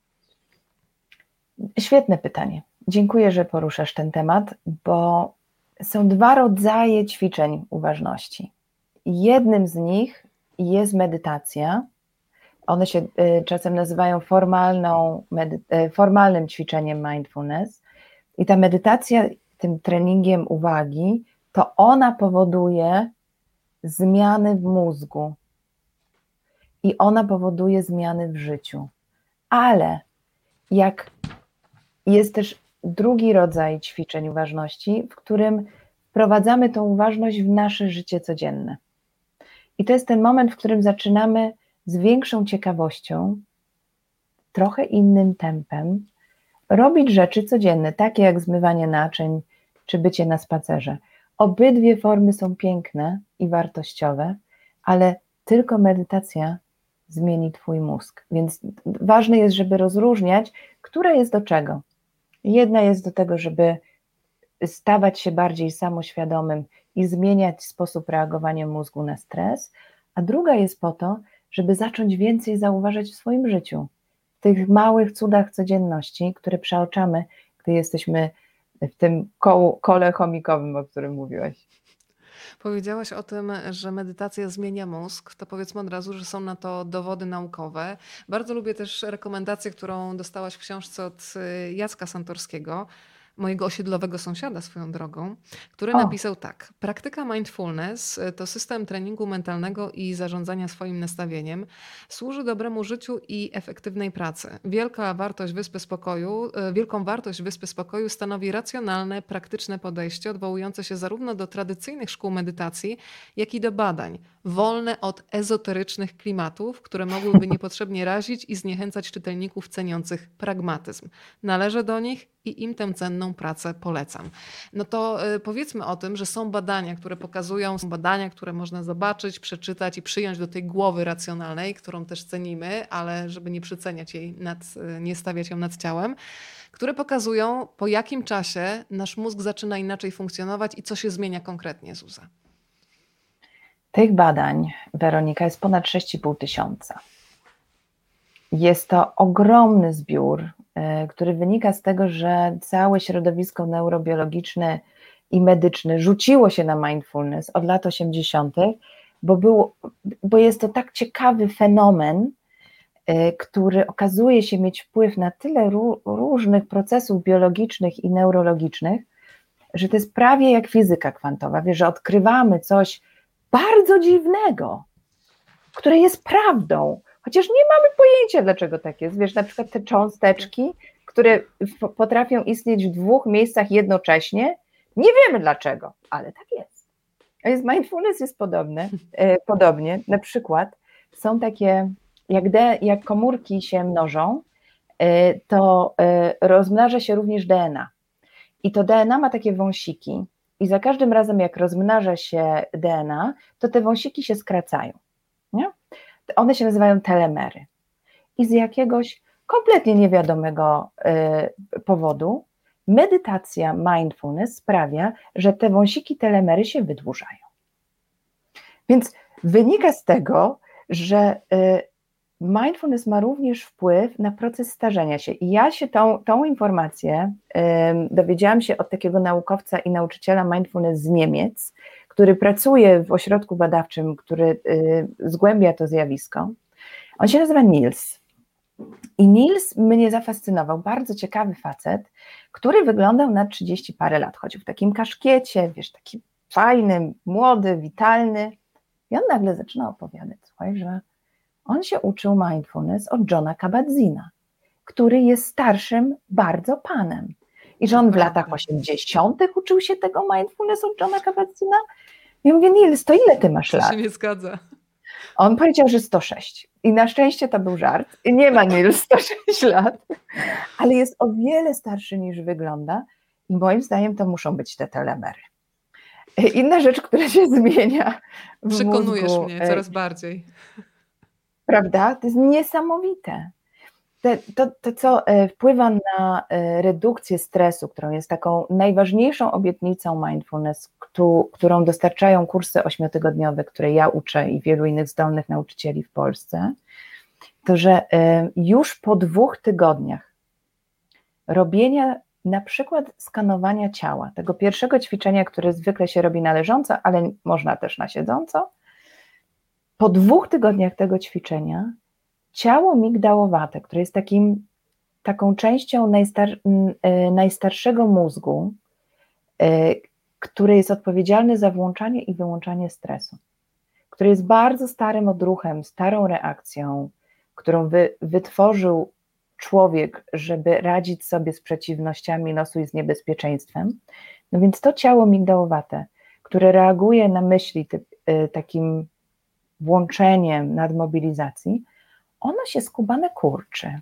Świetne pytanie. Dziękuję, że poruszasz ten temat, bo są dwa rodzaje ćwiczeń uważności. Jednym z nich jest medytacja. One się y, czasem nazywają formalną, medy- y, formalnym ćwiczeniem mindfulness. I ta medytacja, tym treningiem uwagi, to ona powoduje zmiany w mózgu i ona powoduje zmiany w życiu. Ale jak jest też drugi rodzaj ćwiczeń uważności, w którym wprowadzamy tą uważność w nasze życie codzienne. I to jest ten moment, w którym zaczynamy z większą ciekawością, trochę innym tempem, robić rzeczy codzienne, takie jak zmywanie naczyń czy bycie na spacerze. Obydwie formy są piękne i wartościowe, ale tylko medytacja zmieni Twój mózg. Więc ważne jest, żeby rozróżniać, która jest do czego. Jedna jest do tego, żeby stawać się bardziej samoświadomym i zmieniać sposób reagowania mózgu na stres, a druga jest po to, żeby zacząć więcej zauważać w swoim życiu, w tych małych cudach codzienności, które przeoczamy, gdy jesteśmy w tym koło, kole chomikowym, o którym mówiłaś. Powiedziałaś o tym, że medytacja zmienia mózg. To powiedzmy od razu, że są na to dowody naukowe. Bardzo lubię też rekomendację, którą dostałaś w książce od y, Jacka Santorskiego. mojego osiedlowego sąsiada swoją drogą, który O, napisał tak. Praktyka mindfulness y, to system treningu mentalnego i zarządzania swoim nastawieniem. Służy dobremu życiu i efektywnej pracy. Wielka wartość Wyspy Spokoju, y, wielką wartość Wyspy Spokoju stanowi racjonalne, praktyczne podejście odwołujące się zarówno do tradycyjnych szkół medytacji, jak i do badań, wolne od ezoterycznych klimatów, które mogłyby niepotrzebnie razić i zniechęcać czytelników ceniących pragmatyzm. Należę do nich i im tę cenną pracę polecam. No to y, powiedzmy o tym, że są badania, które pokazują, są badania, które można zobaczyć, przeczytać i przyjąć do tej głowy racjonalnej, którą też cenimy, ale żeby nie przeceniać jej, nad, y, nie stawiać ją nad ciałem, które pokazują, po jakim czasie nasz mózg zaczyna inaczej funkcjonować i co się zmienia konkretnie, Zuza. tych badań, Weronika, jest ponad sześć i pół tysiąca. Jest to ogromny zbiór, y, który wynika z tego, że całe środowisko neurobiologiczne i medyczne rzuciło się na mindfulness od lat osiemdziesiątych, bo, było, bo jest to tak ciekawy fenomen, y, który okazuje się mieć wpływ na tyle ró- różnych procesów biologicznych i neurologicznych, że to jest prawie jak fizyka kwantowa, wiesz, że odkrywamy coś bardzo dziwnego, które jest prawdą, chociaż nie mamy pojęcia, dlaczego tak jest. Wiesz, na przykład te cząsteczki, które w- potrafią istnieć w dwóch miejscach jednocześnie, nie wiemy dlaczego, ale tak jest. A więc mindfulness jest podobne, e, podobnie, na przykład są takie, jak, D, jak komórki się mnożą, e, to e, rozmnaża się również D N A. I to D N A ma takie wąsiki i za każdym razem jak rozmnaża się D N A, to te wąsiki się skracają. Nie? One się nazywają telemery. I z jakiegoś kompletnie niewiadomego y, powodu medytacja, mindfulness sprawia, że te wąsiki telemery się wydłużają. Więc wynika z tego, że y, mindfulness ma również wpływ na proces starzenia się. I ja się tą, tą informację y, dowiedziałam się od takiego naukowca i nauczyciela mindfulness z Niemiec, który pracuje w ośrodku badawczym, który y, zgłębia to zjawisko. On się nazywa Niels. I Niels mnie zafascynował, bardzo ciekawy facet, który wyglądał na trzydzieści parę lat, chodził w takim kaszkiecie, wiesz, taki fajny, młody, witalny. I on nagle zaczyna opowiadać, słuchaj, że on się uczył mindfulness od Johna Kabat-Zina, który jest starszym bardzo panem. I że on w latach osiemdziesiątych uczył się tego mindfulness od Johna Kabat-Zina. Ja mówię, Niels, to ile ty masz To lat? się nie zgadza. On powiedział, że sto sześć. I na szczęście to był żart. Nie ma Niels sto sześć lat, ale jest o wiele starszy niż wygląda i moim zdaniem to muszą być te telemery. Inna rzecz, która się zmienia w Przekonujesz mózgu, mnie coraz bardziej. prawda? To jest niesamowite. Te, to, to, co e, wpływa na e, redukcję stresu, którą jest taką najważniejszą obietnicą mindfulness, któ, którą dostarczają kursy ośmiotygodniowe, które ja uczę i wielu innych zdolnych nauczycieli w Polsce, to że e, już po dwóch tygodniach robienia na przykład skanowania ciała, tego pierwszego ćwiczenia, które zwykle się robi na leżąco, ale można też na siedząco, po dwóch tygodniach tego ćwiczenia ciało migdałowate, które jest takim, taką częścią najstar, najstarszego mózgu, który jest odpowiedzialny za włączanie i wyłączanie stresu, który jest bardzo starym odruchem, starą reakcją, którą wy, wytworzył człowiek, żeby radzić sobie z przeciwnościami losu i z niebezpieczeństwem. No więc to ciało migdałowate, które reaguje na myśli typ, takim włączeniem nadmobilizacji, ono się skubane kurczy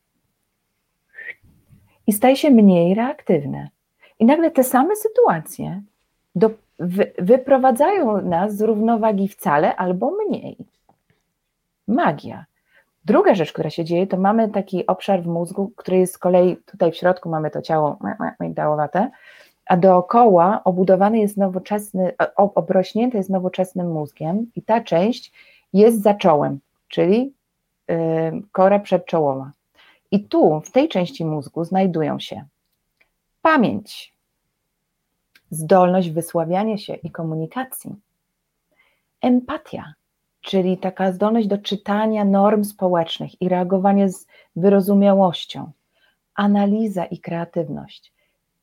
i staje się mniej reaktywne. I nagle te same sytuacje do, wy, wyprowadzają nas z równowagi wcale albo mniej. Magia. Druga rzecz, która się dzieje, to mamy taki obszar w mózgu, który jest z kolei, tutaj w środku mamy to ciało migdałowate, a dookoła obudowany jest nowoczesny, obrośnięty jest nowoczesnym mózgiem i ta część jest za czołem, czyli kora przedczołowa. I tu, w tej części mózgu znajdują się pamięć, zdolność wysławiania się i komunikacji, empatia, czyli taka zdolność do czytania norm społecznych i reagowania z wyrozumiałością, analiza i kreatywność,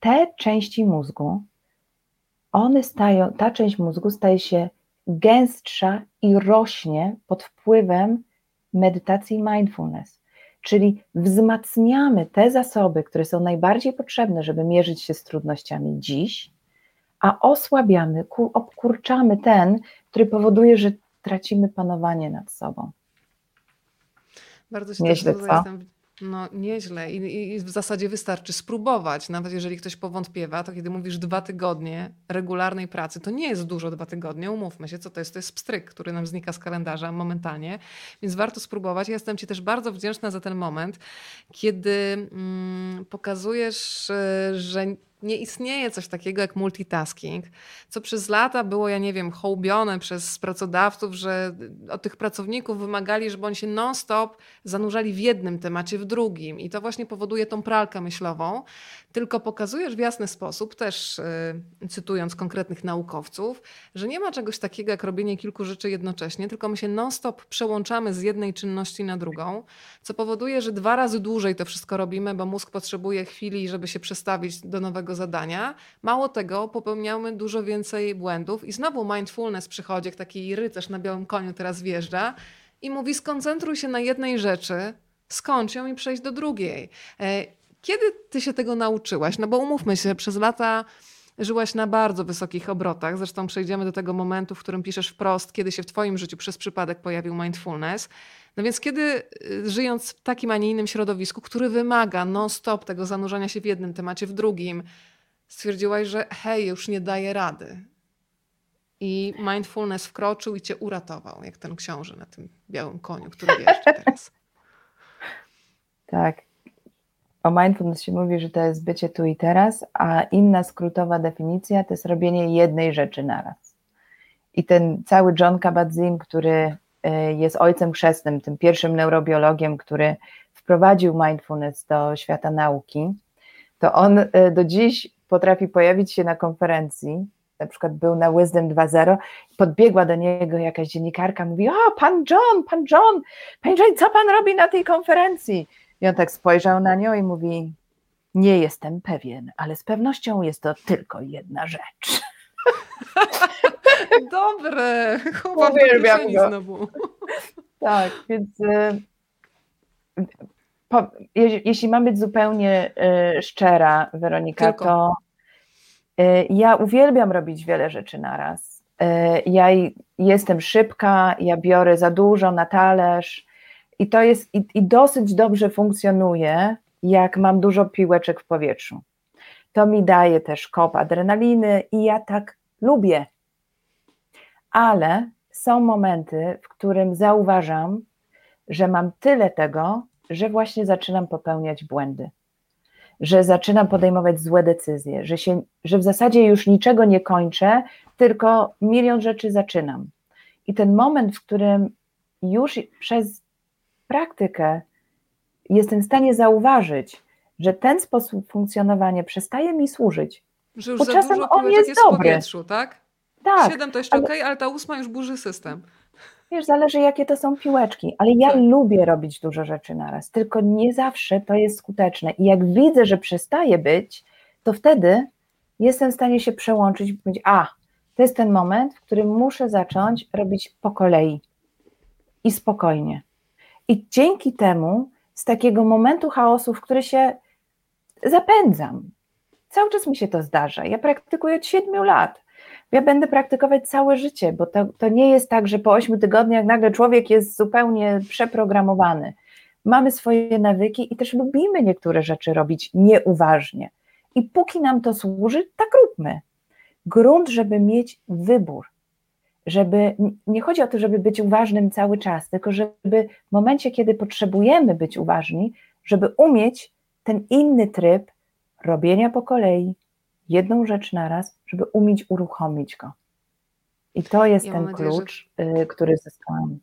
te części mózgu, one stają, ta część mózgu staje się gęstsza i rośnie pod wpływem medytacji i mindfulness. Czyli wzmacniamy te zasoby, które są najbardziej potrzebne, żeby mierzyć się z trudnościami dziś, a osłabiamy, obkurczamy ten, który powoduje, że tracimy panowanie nad sobą. Bardzo się Nieźle, też co? jestem. No nieźle I, i w zasadzie wystarczy spróbować, nawet jeżeli ktoś powątpiewa, to kiedy mówisz dwa tygodnie regularnej pracy, to nie jest dużo dwa tygodnie, umówmy się, co to jest, to jest pstryk, który nam znika z kalendarza momentalnie, więc warto spróbować. Ja jestem Ci też bardzo wdzięczna za ten moment, kiedy mm, pokazujesz, y, że nie istnieje coś takiego jak multitasking, co przez lata było, ja nie wiem, hołbione przez pracodawców, że od tych pracowników wymagali, żeby oni się non-stop zanurzali w jednym temacie, w drugim. I to właśnie powoduje tą pralkę myślową. Tylko pokazujesz w jasny sposób, też yy, cytując konkretnych naukowców, że nie ma czegoś takiego jak robienie kilku rzeczy jednocześnie, tylko my się non-stop przełączamy z jednej czynności na drugą, co powoduje, że dwa razy dłużej to wszystko robimy, bo mózg potrzebuje chwili, żeby się przestawić do nowego zadania. Mało tego, popełniamy dużo więcej błędów i znowu mindfulness przychodzi, jak taki rycerz na białym koniu teraz wjeżdża i mówi: skoncentruj się na jednej rzeczy, skończ ją i przejść do drugiej. Kiedy ty się tego nauczyłaś? No bo umówmy się, przez lata żyłaś na bardzo wysokich obrotach. Zresztą przejdziemy do tego momentu, w którym piszesz wprost, kiedy się w twoim życiu przez przypadek pojawił mindfulness. No więc kiedy, żyjąc w takim, a nie innym środowisku, który wymaga non-stop tego zanurzania się w jednym temacie, w drugim, stwierdziłaś, że hej, już nie daje rady. I mindfulness wkroczył i cię uratował, jak ten książę na tym białym koniu, który wjeżdża teraz. Tak. O mindfulness się mówi, że to jest bycie tu i teraz, a inna skrótowa definicja to jest robienie jednej rzeczy naraz. I ten cały Jon Kabat-Zinn, który jest ojcem chrzestnym, tym pierwszym neurobiologiem, który wprowadził mindfulness do świata nauki, to on do dziś potrafi pojawić się na konferencji, na przykład był na Wisdom dwa zero, podbiegła do niego jakaś dziennikarka, mówi: o, pan John, pan John, panie John, co pan robi na tej konferencji? I on tak spojrzał na nią i mówi: nie jestem pewien, ale z pewnością jest to tylko jedna rzecz. Dobre, chowam do kieszeni znowu. Tak, więc y, po, je, jeśli mam być zupełnie y, szczera, Weronika, tylko. to y, ja uwielbiam robić wiele rzeczy naraz. Y, ja jestem szybka, ja biorę za dużo na talerz i to jest i, i dosyć dobrze funkcjonuje, jak mam dużo piłeczek w powietrzu. To mi daje też kop adrenaliny i ja tak lubię. Ale są momenty, w którym zauważam, że mam tyle tego, że właśnie zaczynam popełniać błędy, że zaczynam podejmować złe decyzje, że, się, że w zasadzie już niczego nie kończę, tylko milion rzeczy zaczynam. I ten moment, w którym już przez praktykę jestem w stanie zauważyć, że ten sposób funkcjonowania przestaje mi służyć. Że już bo za czasem dużo on jest, jest w dobry. powietrzu, tak? Tak. Siedem to jeszcze ale... okej, okay, ale ta ósma już burzy system. Wiesz, zależy jakie to są piłeczki, ale ja tak. lubię robić dużo rzeczy naraz, tylko nie zawsze to jest skuteczne i jak widzę, że przestaje być, to wtedy jestem w stanie się przełączyć i powiedzieć: a, to jest ten moment, w którym muszę zacząć robić po kolei i spokojnie. I dzięki temu z takiego momentu chaosu, w który się zapędzam, cały czas mi się to zdarza, ja praktykuję od siedmiu lat, ja będę praktykować całe życie, bo to, to nie jest tak, że po ośmiu tygodniach nagle człowiek jest zupełnie przeprogramowany. Mamy swoje nawyki i też lubimy niektóre rzeczy robić nieuważnie. I póki nam to służy, tak róbmy. Grunt, żeby mieć wybór. Żeby, nie chodzi o to, żeby być uważnym cały czas, tylko żeby w momencie, kiedy potrzebujemy być uważni, żeby umieć ten inny tryb robienia po kolei, jedną rzecz naraz, żeby umieć uruchomić go. I to jest ja ten nadzieję, klucz, że... który zyskałam.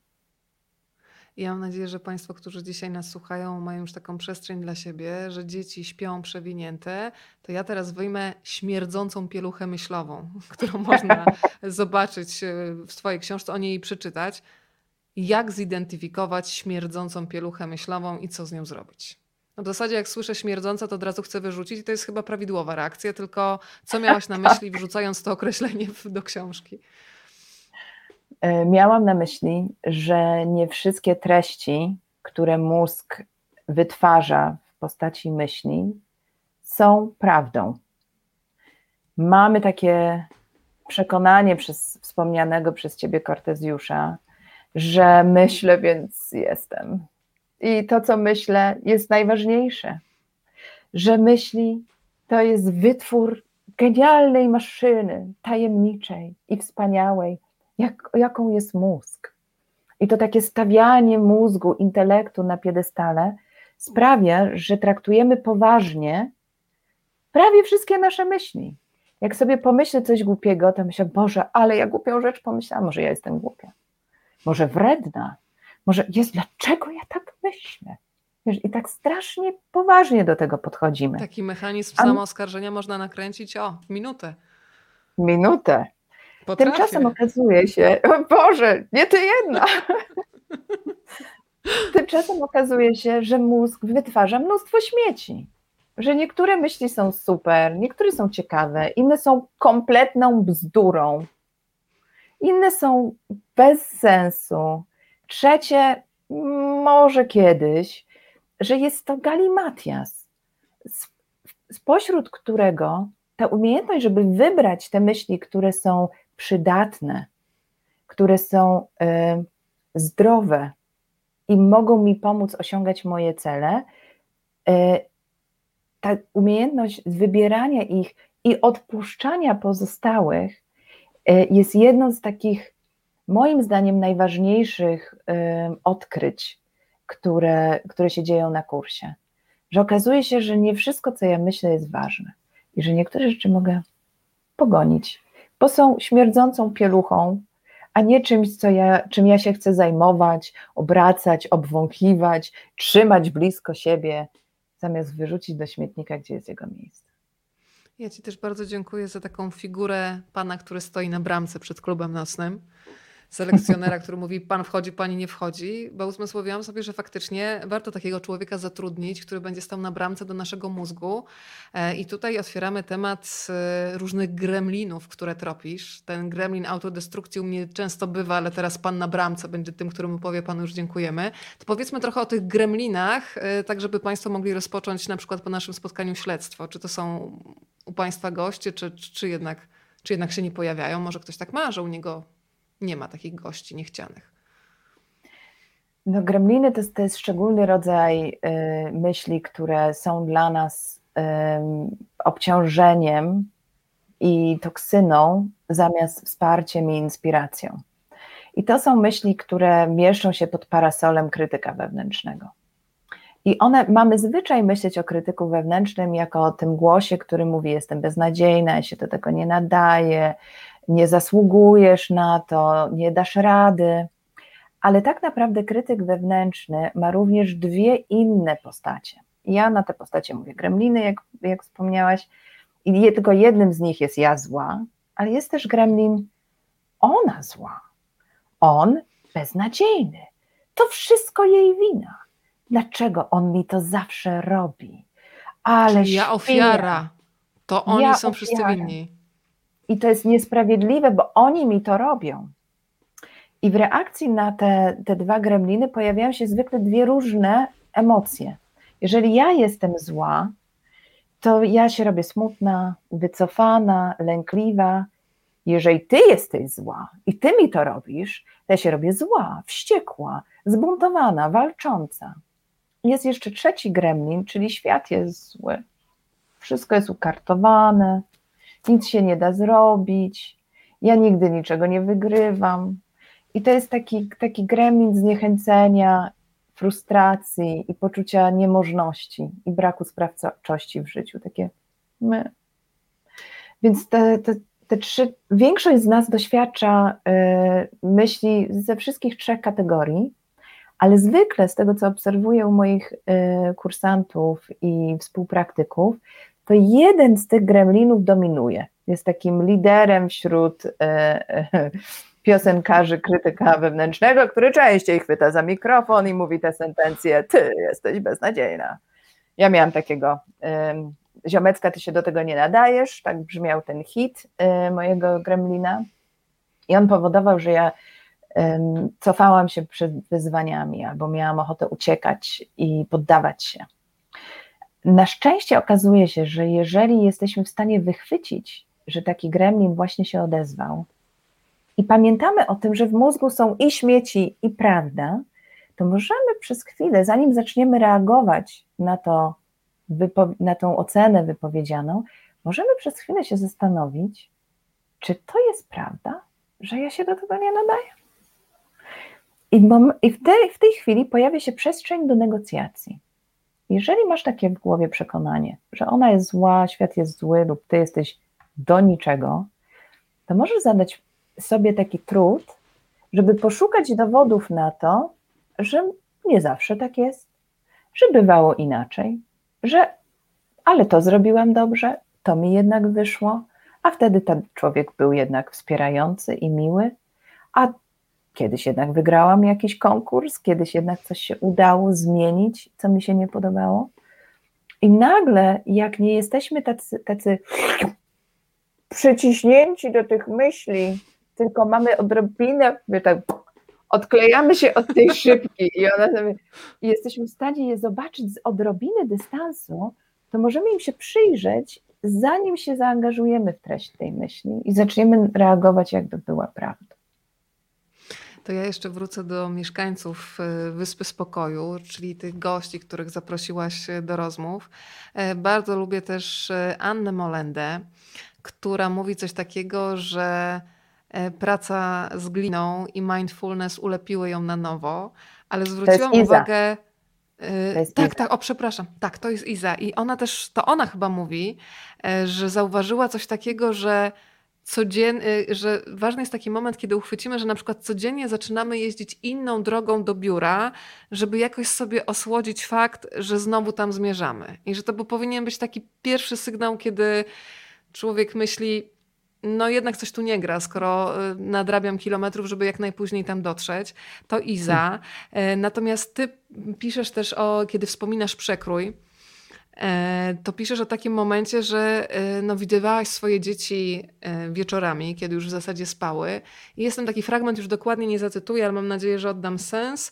Ja mam nadzieję, że Państwo, którzy dzisiaj nas słuchają, mają już taką przestrzeń dla siebie, że dzieci śpią przewinięte. To ja teraz wyjmę śmierdzącą pieluchę myślową, którą można zobaczyć w Twojej książce, o niej przeczytać. Jak zidentyfikować śmierdzącą pieluchę myślową i co z nią zrobić? No w zasadzie jak słyszę śmierdząca, to od razu chcę wyrzucić i to jest chyba prawidłowa reakcja, tylko co miałaś na myśli, wrzucając to określenie w- do książki? E, Miałam na myśli, że nie wszystkie treści, które mózg wytwarza w postaci myśli, są prawdą. Mamy takie przekonanie przez wspomnianego przez ciebie Kortezjusza, że myślę, więc jestem. I to, co myślę, jest najważniejsze. Że myśli to jest wytwór genialnej maszyny, tajemniczej i wspaniałej, jak, jaką jest mózg. I to takie stawianie mózgu, intelektu na piedestale sprawia, że traktujemy poważnie prawie wszystkie nasze myśli. Jak sobie pomyślę coś głupiego, to myślę, Boże, ale ja głupią rzecz pomyślałam, może ja jestem głupia, może wredna, może jest, dlaczego ja tak myślę? Wiesz, i tak strasznie poważnie do tego podchodzimy. Taki mechanizm A- samooskarżenia można nakręcić, o, w minutę. Minutę. Potrafię. Tymczasem okazuje się, o Boże, nie ty jedna. Tymczasem okazuje się, że mózg wytwarza mnóstwo śmieci. Że niektóre myśli są super, niektóre są ciekawe, inne są kompletną bzdurą, inne są bez sensu, trzecie może kiedyś, że jest to galimatias, spośród którego ta umiejętność, żeby wybrać te myśli, które są przydatne, które są y, zdrowe i mogą mi pomóc osiągać moje cele, y, ta umiejętność wybierania ich i odpuszczania pozostałych y, jest jedną z takich, moim zdaniem, najważniejszych y, odkryć, które, które się dzieją na kursie. Że okazuje się, że nie wszystko, co ja myślę, jest ważne i że niektóre rzeczy mogę pogonić, bo są śmierdzącą pieluchą, a nie czymś, co ja, czym ja się chcę zajmować, obracać, obwąchiwać, trzymać blisko siebie, zamiast wyrzucić do śmietnika, gdzie jest jego miejsce. Ja Ci też bardzo dziękuję za taką figurę pana, który stoi na bramce przed klubem nocnym. Selekcjonera, który mówi, pan wchodzi, pani nie wchodzi, bo uzmysłowiłam sobie, że faktycznie warto takiego człowieka zatrudnić, który będzie stał na bramce do naszego mózgu. E, I tutaj otwieramy temat e, różnych gremlinów, które tropisz. Ten gremlin autodestrukcji u mnie często bywa, ale teraz pan na bramce będzie tym, któremu powie panu już dziękujemy. To powiedzmy trochę o tych gremlinach, e, tak żeby państwo mogli rozpocząć na przykład po naszym spotkaniu śledztwo. Czy to są u państwa goście, czy, czy, czy, jednak, czy jednak się nie pojawiają? Może ktoś tak ma, że u niego nie ma takich gości niechcianych. No, gremliny to jest, to jest szczególny rodzaj y, myśli, które są dla nas y, obciążeniem i toksyną zamiast wsparciem i inspiracją. I to są myśli, które mieszczą się pod parasolem krytyka wewnętrznego. I one, mamy zwyczaj myśleć o krytyku wewnętrznym jako o tym głosie, który mówi, jestem beznadziejna, ja się do tego nie nadaję, nie zasługujesz na to, nie dasz rady. Ale tak naprawdę krytyk wewnętrzny ma również dwie inne postacie. Ja na te postacie mówię gremliny, jak, jak wspomniałaś, i je, tylko jednym z nich jest ja zła, ale jest też gremlin ona zła, on beznadziejny. To wszystko jej wina. Dlaczego on mi to zawsze robi? Ale Czyli ja świnia, ofiara, to oni ja są wszyscy ofiara. winni. I to jest niesprawiedliwe, bo oni mi to robią. I w reakcji na te, te dwa gremliny pojawiają się zwykle dwie różne emocje. Jeżeli ja jestem zła, to ja się robię smutna, wycofana, lękliwa. Jeżeli ty jesteś zła i ty mi to robisz, to ja się robię zła, wściekła, zbuntowana, walcząca. Jest jeszcze trzeci gremlin, czyli świat jest zły. Wszystko jest ukartowane, nic się nie da zrobić, ja nigdy niczego nie wygrywam. I to jest taki, taki gremlin zniechęcenia, frustracji i poczucia niemożności i braku sprawczości w życiu. Takie my. Więc te, te, te trzy, większość z nas doświadcza y, myśli ze wszystkich trzech kategorii, ale zwykle z tego, co obserwuję u moich y, kursantów i współpraktyków, to jeden z tych gremlinów dominuje. Jest takim liderem wśród y, y, piosenkarzy krytyka wewnętrznego, który częściej chwyta za mikrofon i mówi te sentencje, ty jesteś beznadziejna. Ja miałam takiego, y, ziomecka, ty się do tego nie nadajesz, tak brzmiał ten hit y, mojego gremlina i on powodował, że ja y, cofałam się przed wyzwaniami albo miałam ochotę uciekać i poddawać się. Na szczęście okazuje się, że jeżeli jesteśmy w stanie wychwycić, że taki gremlin właśnie się odezwał i pamiętamy o tym, że w mózgu są i śmieci, i prawda, to możemy przez chwilę, zanim zaczniemy reagować na, to, na tą ocenę wypowiedzianą, możemy przez chwilę się zastanowić, czy to jest prawda, że ja się do tego nie nadaję. I, mom, i w, tej, w tej chwili pojawia się przestrzeń do negocjacji. Jeżeli masz takie w głowie przekonanie, że ona jest zła, świat jest zły lub ty jesteś do niczego, to możesz zadać sobie taki trud, żeby poszukać dowodów na to, że nie zawsze tak jest, że bywało inaczej, że ale to zrobiłam dobrze, to mi jednak wyszło, a wtedy ten człowiek był jednak wspierający i miły, a kiedyś jednak wygrałam jakiś konkurs, kiedyś jednak coś się udało zmienić, co mi się nie podobało. I nagle, jak nie jesteśmy tacy, tacy przyciśnięci do tych myśli, tylko mamy odrobinę, tak odklejamy się od tej szybki i, ona sobie, i jesteśmy w stanie je zobaczyć z odrobiny dystansu, to możemy im się przyjrzeć, zanim się zaangażujemy w treść tej myśli i zaczniemy reagować, jakby była prawda. To ja jeszcze wrócę do mieszkańców Wyspy Spokoju, czyli tych gości, których zaprosiłaś do rozmów. Bardzo lubię też Annę Molendę, która mówi coś takiego, że praca z gliną i mindfulness ulepiły ją na nowo, ale zwróciłam to jest uwagę... To jest tak, Iza. tak, o przepraszam, tak, to jest Iza i ona też, to ona chyba mówi, że zauważyła coś takiego, że codziennie, że ważny jest taki moment, kiedy uchwycimy, że na przykład codziennie zaczynamy jeździć inną drogą do biura, żeby jakoś sobie osłodzić fakt, że znowu tam zmierzamy. I że to powinien być taki pierwszy sygnał, kiedy człowiek myśli, no jednak coś tu nie gra, skoro nadrabiam kilometrów, żeby jak najpóźniej tam dotrzeć. To Iza. Natomiast ty piszesz też o, kiedy wspominasz przekrój, to piszesz o takim momencie, że no, widywałaś swoje dzieci wieczorami, kiedy już w zasadzie spały. I jest tam taki fragment, już dokładnie nie zacytuję, ale mam nadzieję, że oddam sens,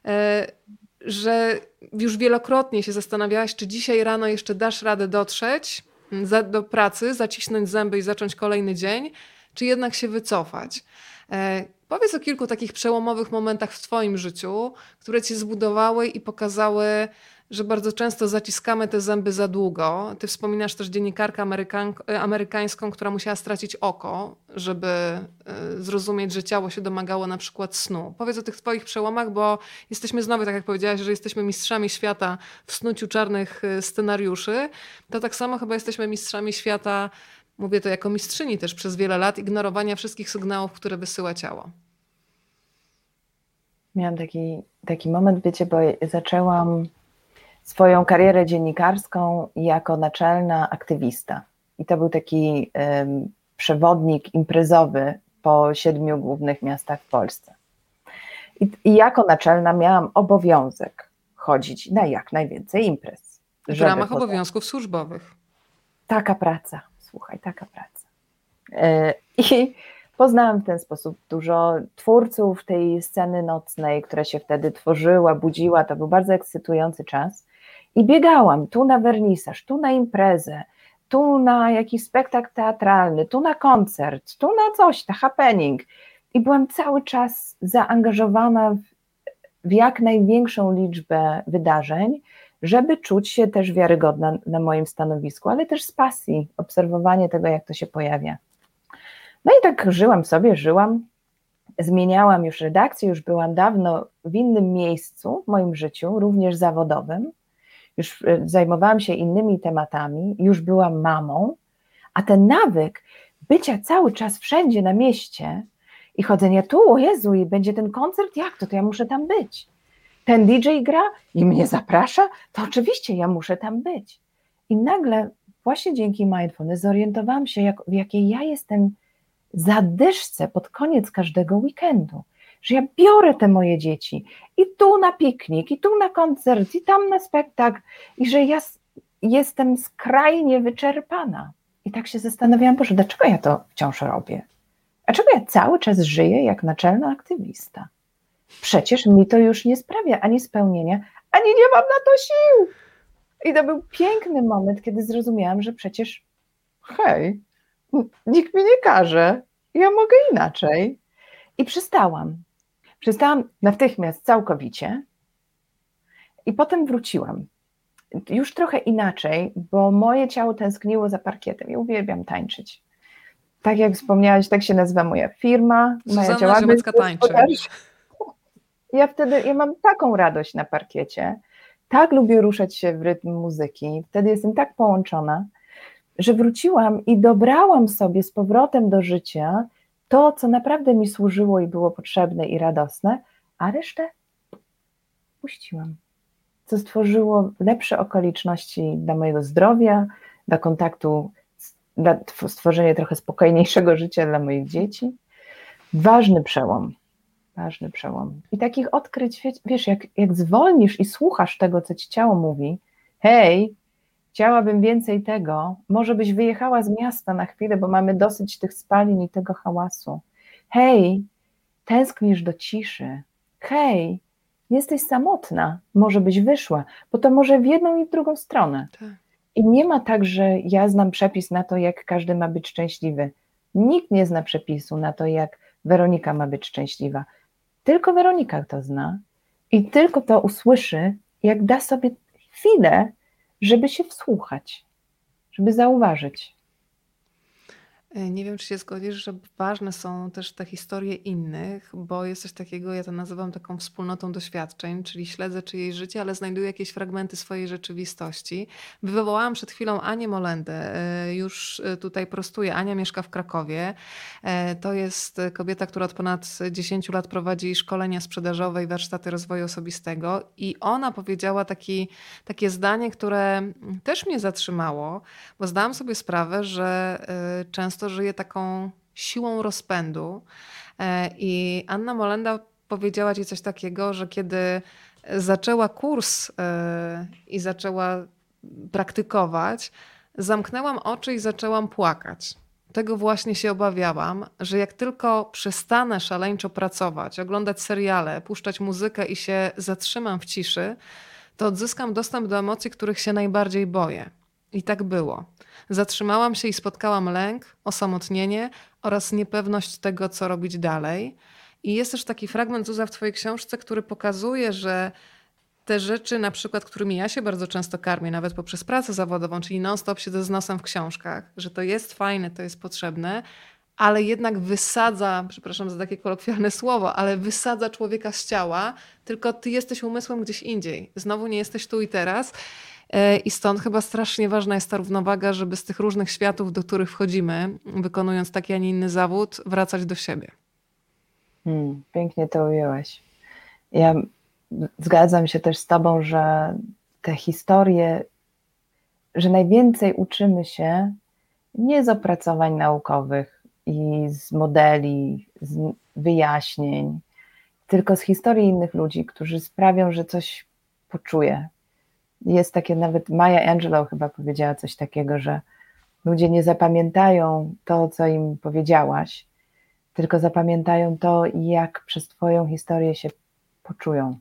że już wielokrotnie się zastanawiałaś, czy dzisiaj rano jeszcze dasz radę dotrzeć do pracy, zacisnąć zęby i zacząć kolejny dzień, czy jednak się wycofać. Powiedz o kilku takich przełomowych momentach w twoim życiu, które cię zbudowały i pokazały, że bardzo często zaciskamy te zęby za długo. Ty wspominasz też dziennikarkę amerykan- amerykańską, która musiała stracić oko, żeby zrozumieć, że ciało się domagało na przykład snu. Powiedz o tych twoich przełomach, bo jesteśmy znowu, tak jak powiedziałaś, że jesteśmy mistrzami świata w snuciu czarnych scenariuszy. To tak samo chyba jesteśmy mistrzami świata, mówię to jako mistrzyni też przez wiele lat, ignorowania wszystkich sygnałów, które wysyła ciało. Miałam taki, taki moment, wiecie, bo zaczęłam swoją karierę dziennikarską jako naczelna aktywista. I to był taki um, przewodnik imprezowy po siedmiu głównych miastach w Polsce. I, I jako naczelna miałam obowiązek chodzić na jak najwięcej imprez. W ramach potem... obowiązków służbowych. Taka praca, słuchaj, taka praca. Yy, I poznałam w ten sposób dużo twórców tej sceny nocnej, która się wtedy tworzyła, budziła. To był bardzo ekscytujący czas. I biegałam tu na wernisaż, tu na imprezę, tu na jakiś spektakl teatralny, tu na koncert, tu na coś, na happening. I byłam cały czas zaangażowana w, w jak największą liczbę wydarzeń, żeby czuć się też wiarygodna na moim stanowisku, ale też z pasji, obserwowanie tego, jak to się pojawia. No i tak żyłam sobie, żyłam, zmieniałam już redakcję, już byłam dawno w innym miejscu w moim życiu, również zawodowym, już zajmowałam się innymi tematami, już byłam mamą, a ten nawyk bycia cały czas wszędzie na mieście i chodzenia tu, o Jezu, i będzie ten koncert, jak to, to ja muszę tam być. Ten D J gra i mnie zaprasza, to oczywiście ja muszę tam być. I nagle właśnie dzięki mindfulness zorientowałam się, jak, w jakiej ja jestem zadyszce pod koniec każdego weekendu. że ja biorę te moje dzieci i tu na piknik, i tu na koncert, i tam na spektakl, i że ja jestem skrajnie wyczerpana. I tak się zastanawiałam, Boże, dlaczego ja to wciąż robię? Dlaczego ja cały czas żyję jak naczelny aktywista? Przecież mi to już nie sprawia ani spełnienia, ani nie mam na to sił. I to był piękny moment, kiedy zrozumiałam, że przecież hej, nikt mi nie każe, ja mogę inaczej. I przestałam. Przestałam natychmiast całkowicie i potem wróciłam. Już trochę inaczej, bo moje ciało tęskniło za parkietem. Ja uwielbiam tańczyć. Tak jak wspomniałaś, tak się nazywa moja firma, moja działalność gospodarcza. Ja wtedy, ja mam taką radość na parkiecie, tak lubię ruszać się w rytm muzyki, wtedy jestem tak połączona, że wróciłam i dobrałam sobie z powrotem do życia to, co naprawdę mi służyło i było potrzebne i radosne, a resztę puściłam, co stworzyło lepsze okoliczności dla mojego zdrowia, dla kontaktu, dla stworzenia trochę spokojniejszego życia dla moich dzieci. Ważny przełom. Ważny przełom. I takich odkryć, wiesz, jak, jak zwolnisz i słuchasz tego, co ci ciało mówi, hej, chciałabym więcej tego, może byś wyjechała z miasta na chwilę, bo mamy dosyć tych spalin i tego hałasu. Hej, tęsknisz do ciszy. Hej, jesteś samotna, może byś wyszła, bo to może w jedną i w drugą stronę. Tak. I nie ma tak, że ja znam przepis na to, jak każdy ma być szczęśliwy. Nikt nie zna przepisu na to, jak Weronika ma być szczęśliwa. Tylko Weronika to zna i tylko to usłyszy, jak da sobie chwilę, żeby się wsłuchać, żeby zauważyć. Nie wiem, czy się zgodzisz, że ważne są też te historie innych, bo jest coś takiego, ja to nazywam taką wspólnotą doświadczeń, czyli śledzę czyjeś życie, ale znajduję jakieś fragmenty swojej rzeczywistości. Wywołałam przed chwilą Anię Molendę, już tutaj prostuję. Ania mieszka w Krakowie. To jest kobieta, która od ponad dziesięciu lat prowadzi szkolenia sprzedażowe i warsztaty rozwoju osobistego i ona powiedziała taki, takie zdanie, które też mnie zatrzymało, bo zdałam sobie sprawę, że często żyje taką siłą rozpędu i Anna Molenda powiedziała ci coś takiego, że kiedy zaczęła kurs i zaczęła praktykować, zamknęłam oczy i zaczęłam płakać. Tego właśnie się obawiałam, że jak tylko przestanę szaleńczo pracować, oglądać seriale, puszczać muzykę i się zatrzymam w ciszy, to odzyskam dostęp do emocji, których się najbardziej boję. I tak było. Zatrzymałam się i spotkałam lęk, osamotnienie oraz niepewność tego, co robić dalej. I jest też taki fragment, Zuza, w twojej książce, który pokazuje, że te rzeczy, na przykład, którymi ja się bardzo często karmię, nawet poprzez pracę zawodową, czyli non-stop siedzę z nosem w książkach, że to jest fajne, to jest potrzebne, ale jednak wysadza, przepraszam za takie kolokwialne słowo, ale wysadza człowieka z ciała, tylko ty jesteś umysłem gdzieś indziej. Znowu nie jesteś tu i teraz. I stąd chyba strasznie ważna jest ta równowaga, żeby z tych różnych światów, do których wchodzimy, wykonując taki, a nie inny zawód, wracać do siebie. Hmm, pięknie to ujęłaś. Ja zgadzam się też z tobą, że te historie, że najwięcej uczymy się nie z opracowań naukowych i z modeli, z wyjaśnień, tylko z historii innych ludzi, którzy sprawią, że coś poczuję. Jest takie, nawet Maya Angelou chyba powiedziała coś takiego, że ludzie nie zapamiętają to, co im powiedziałaś, tylko zapamiętają to, jak przez twoją historię się poczują.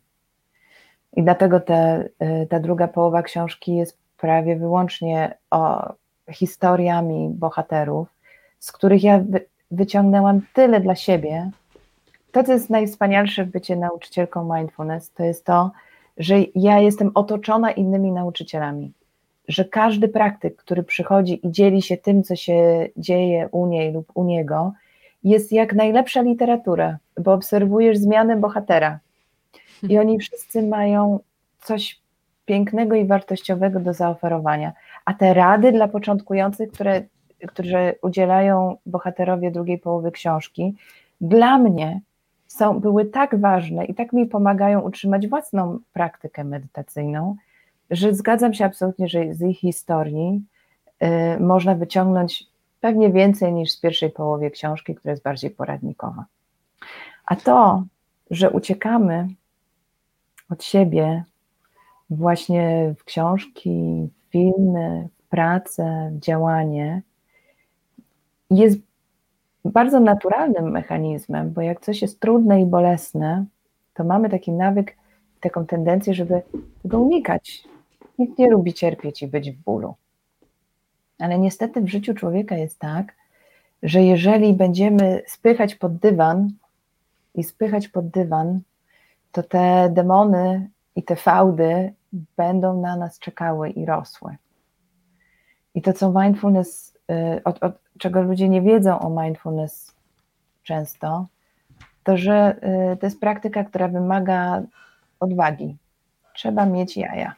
I dlatego te, ta druga połowa książki jest prawie wyłącznie o historiami bohaterów, z których ja wy, wyciągnęłam tyle dla siebie. To, co jest najwspanialsze w bycie nauczycielką mindfulness, to jest to, że ja jestem otoczona innymi nauczycielami, że każdy praktyk, który przychodzi i dzieli się tym, co się dzieje u niej lub u niego, jest jak najlepsza literatura, bo obserwujesz zmianę bohatera i oni wszyscy mają coś pięknego i wartościowego do zaoferowania, a te rady dla początkujących, które, które udzielają bohaterowie drugiej połowy książki, dla mnie są, były tak ważne i tak mi pomagają utrzymać własną praktykę medytacyjną, że zgadzam się absolutnie, że z ich historii y, można wyciągnąć pewnie więcej niż z pierwszej połowy książki, która jest bardziej poradnikowa. A to, że uciekamy od siebie właśnie w książki, w filmy, w pracę, w działanie, jest bardzo naturalnym mechanizmem, bo jak coś jest trudne i bolesne, to mamy taki nawyk, taką tendencję, żeby tego unikać. Nikt nie lubi cierpieć i być w bólu. Ale niestety w życiu człowieka jest tak, że jeżeli będziemy spychać pod dywan i spychać pod dywan, to te demony i te fałdy będą na nas czekały i rosły. I to, co mindfulness, od, od czego ludzie nie wiedzą o mindfulness często, to, że to jest praktyka, która wymaga odwagi. Trzeba mieć jaja,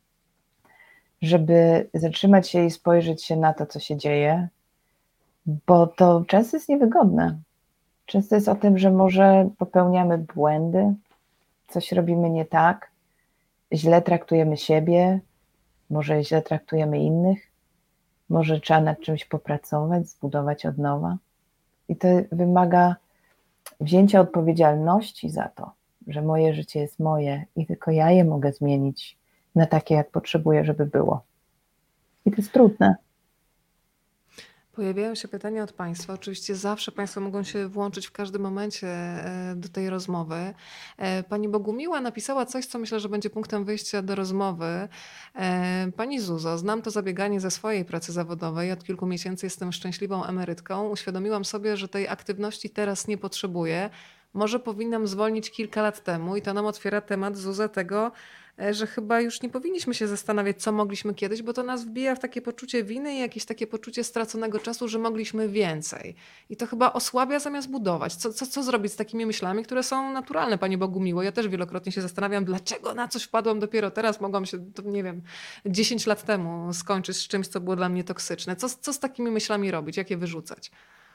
żeby zatrzymać się i spojrzeć się na to, co się dzieje, bo to często jest niewygodne. Często jest o tym, że może popełniamy błędy, coś robimy nie tak, źle traktujemy siebie, może źle traktujemy innych, może trzeba nad czymś popracować, zbudować od nowa. I to wymaga wzięcia odpowiedzialności za to, że moje życie jest moje i tylko ja je mogę zmienić na takie, jak potrzebuję, żeby było. I to jest trudne. Pojawiają się pytania od Państwa. Oczywiście zawsze Państwo mogą się włączyć w każdym momencie do tej rozmowy. Pani Bogumiła napisała coś, co myślę, że będzie punktem wyjścia do rozmowy. Pani Zuzo, znam to zabieganie ze swojej pracy zawodowej. Od kilku miesięcy jestem szczęśliwą emerytką. Uświadomiłam sobie, że tej aktywności teraz nie potrzebuję. Może powinnam zwolnić kilka lat temu i to nam otwiera temat, Zuza, tego, że chyba już nie powinniśmy się zastanawiać, co mogliśmy kiedyś, bo to nas wbija w takie poczucie winy i jakieś takie poczucie straconego czasu, że mogliśmy więcej. I to chyba osłabia zamiast budować. Co, co, co zrobić z takimi myślami, które są naturalne, Pani Bogu miło? Ja też wielokrotnie się zastanawiam, dlaczego na coś wpadłam dopiero teraz, mogłam się, to nie wiem, dziesięć lat temu skończyć z czymś, co było dla mnie toksyczne. Co, co z takimi myślami robić? Jak je wyrzucać?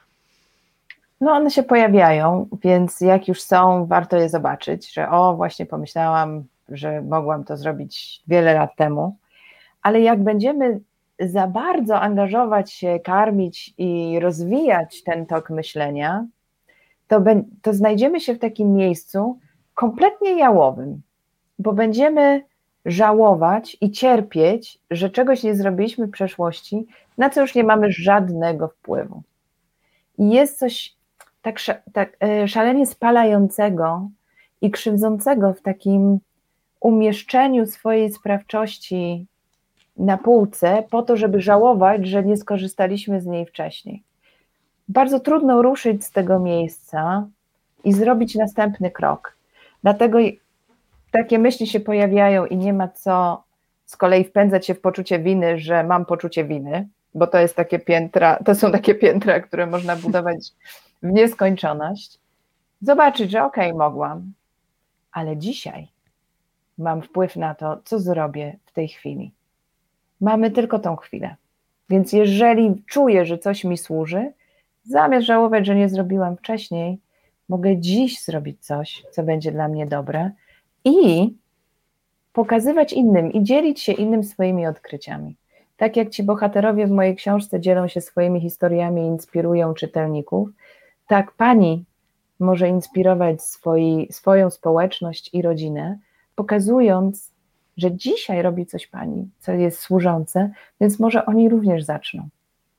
No one się pojawiają, więc jak już są, warto je zobaczyć, że o, właśnie pomyślałam, że mogłam to zrobić wiele lat temu, ale jak będziemy za bardzo angażować się, karmić i rozwijać ten tok myślenia, to, to znajdziemy się w takim miejscu kompletnie jałowym, bo będziemy żałować i cierpieć, że czegoś nie zrobiliśmy w przeszłości, na co już nie mamy żadnego wpływu. I jest coś tak, tak szalenie spalającego i krzywdzącego w takim umieszczeniu swojej sprawczości na półce po to, żeby żałować, że nie skorzystaliśmy z niej wcześniej. Bardzo trudno ruszyć z tego miejsca i zrobić następny krok. Dlatego takie myśli się pojawiają i nie ma co z kolei wpędzać się w poczucie winy, że mam poczucie winy, bo to jest takie piętra, to są takie piętra, które można budować w nieskończoność. Zobaczyć, że okej, okay, mogłam, ale dzisiaj mam wpływ na to, co zrobię w tej chwili. Mamy tylko tą chwilę. Więc jeżeli czuję, że coś mi służy, zamiast żałować, że nie zrobiłam wcześniej, mogę dziś zrobić coś, co będzie dla mnie dobre i pokazywać innym i dzielić się innym swoimi odkryciami. Tak jak ci bohaterowie w mojej książce dzielą się swoimi historiami i inspirują czytelników, tak pani może inspirować swoi, swoją społeczność i rodzinę, pokazując, że dzisiaj robi coś pani, co jest służące, więc może oni również zaczną.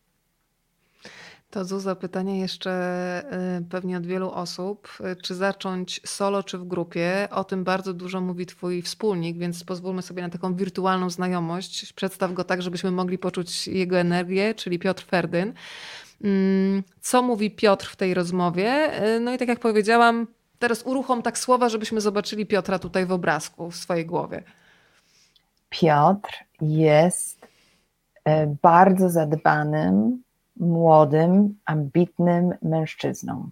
To Zuza, pytanie jeszcze pewnie od wielu osób, czy zacząć solo, czy w grupie? O tym bardzo dużo mówi twój wspólnik, więc pozwólmy sobie na taką wirtualną znajomość. Przedstaw go tak, żebyśmy mogli poczuć jego energię, czyli Piotr Ferdyn. Co mówi Piotr w tej rozmowie? No i tak jak powiedziałam, teraz uruchom tak słowa, żebyśmy zobaczyli Piotra tutaj w obrazku, w swojej głowie. Piotr jest bardzo zadbanym, młodym, ambitnym mężczyzną.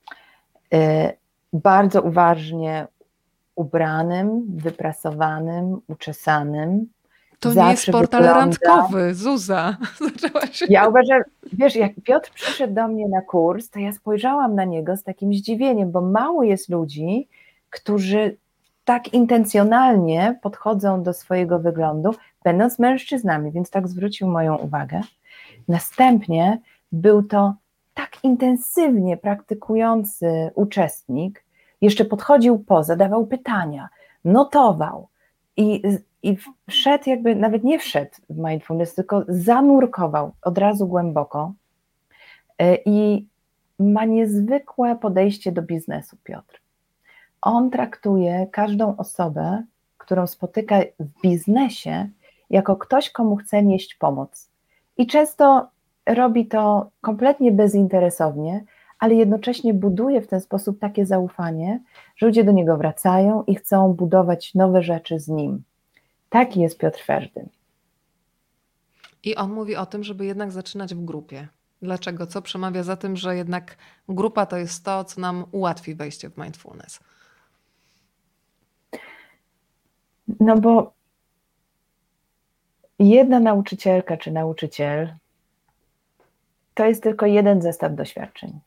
Bardzo uważnie ubranym, wyprasowanym, uczesanym. To nie jest portal wygląda... randkowy, Zuza. Się... Ja uważam, wiesz, jak Piotr przyszedł do mnie na kurs, to ja spojrzałam na niego z takim zdziwieniem, bo mało jest ludzi, którzy tak intencjonalnie podchodzą do swojego wyglądu, będąc mężczyznami, więc tak zwrócił moją uwagę. Następnie był to tak intensywnie praktykujący uczestnik, jeszcze podchodził po, zadawał pytania, notował i, i wszedł jakby, nawet nie wszedł w mindfulness, tylko zanurkował od razu głęboko i ma niezwykłe podejście do biznesu, Piotr. On traktuje każdą osobę, którą spotyka w biznesie, jako ktoś, komu chce nieść pomoc. I często robi to kompletnie bezinteresownie, ale jednocześnie buduje w ten sposób takie zaufanie, że ludzie do niego wracają i chcą budować nowe rzeczy z nim. Taki jest Piotr Ferdyń. I on mówi o tym, żeby jednak zaczynać w grupie. Dlaczego? Co przemawia za tym, że jednak grupa to jest to, co nam ułatwi wejście w mindfulness? No bo jedna nauczycielka czy nauczyciel to jest tylko jeden zestaw doświadczeń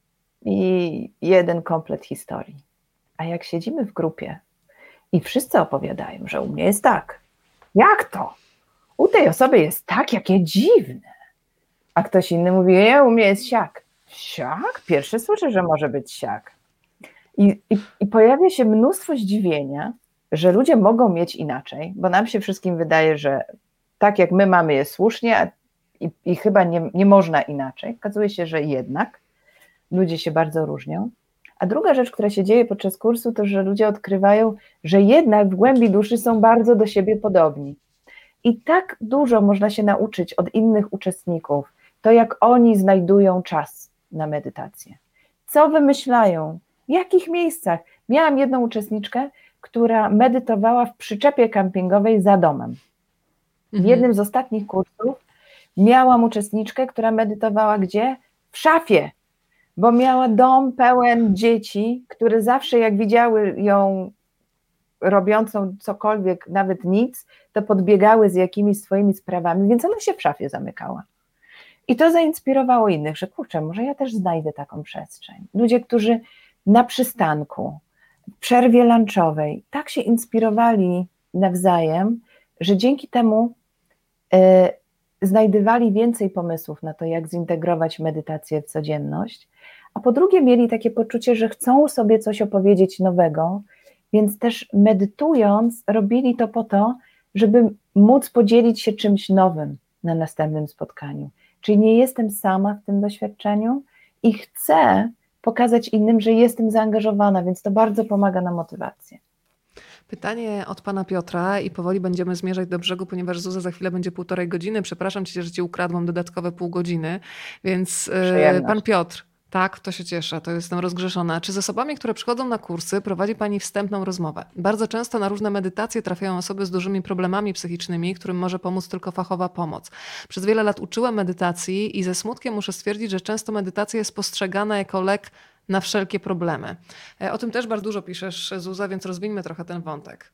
i jeden komplet historii. A jak siedzimy w grupie i wszyscy opowiadają, że u mnie jest tak, jak to? U tej osoby jest tak, jakie dziwne. A ktoś inny mówi, ja, u mnie jest siak. Siak? Pierwszy słyszę, że może być siak. I, i, I pojawia się mnóstwo zdziwienia, że ludzie mogą mieć inaczej, bo nam się wszystkim wydaje, że tak jak my mamy jest słusznie a, i, i chyba nie, nie można inaczej. Okazuje się, że jednak ludzie się bardzo różnią. A druga rzecz, która się dzieje podczas kursu, to że ludzie odkrywają, że jednak w głębi duszy są bardzo do siebie podobni. I tak dużo można się nauczyć od innych uczestników, to jak oni znajdują czas na medytację. Co wymyślają, w jakich miejscach. Miałam jedną uczestniczkę, która medytowała w przyczepie kampingowej za domem. W jednym z ostatnich kursów miałam uczestniczkę, która medytowała gdzie? W szafie, bo miała dom pełen dzieci, które zawsze jak widziały ją robiącą cokolwiek, nawet nic, to podbiegały z jakimiś swoimi sprawami, więc ona się w szafie zamykała. I to zainspirowało innych, że kurczę, może ja też znajdę taką przestrzeń. Ludzie, którzy na przystanku, w przerwie lunchowej tak się inspirowali nawzajem, że dzięki temu y, znajdywali więcej pomysłów na to, jak zintegrować medytację w codzienność, a po drugie mieli takie poczucie, że chcą sobie coś opowiedzieć nowego, więc też medytując robili to po to, żeby móc podzielić się czymś nowym na następnym spotkaniu. Czyli nie jestem sama w tym doświadczeniu i chcę pokazać innym, że jestem zaangażowana, więc to bardzo pomaga na motywację. Pytanie od pana Piotra i powoli będziemy zmierzać do brzegu, ponieważ Zuza za chwilę będzie półtorej godziny. Przepraszam cię, że ci ukradłam dodatkowe pół godziny, więc Przyjemność. Pan Piotr, tak, to się cieszę, to jestem rozgrzeszona. Czy z osobami, które przychodzą na kursy, prowadzi pani wstępną rozmowę? Bardzo często na różne medytacje trafiają osoby z dużymi problemami psychicznymi, którym może pomóc tylko fachowa pomoc. Przez wiele lat uczyłam medytacji i ze smutkiem muszę stwierdzić, że często medytacja jest postrzegana jako lek na wszelkie problemy. O tym też bardzo dużo piszesz, Zuza, więc rozwińmy trochę ten wątek.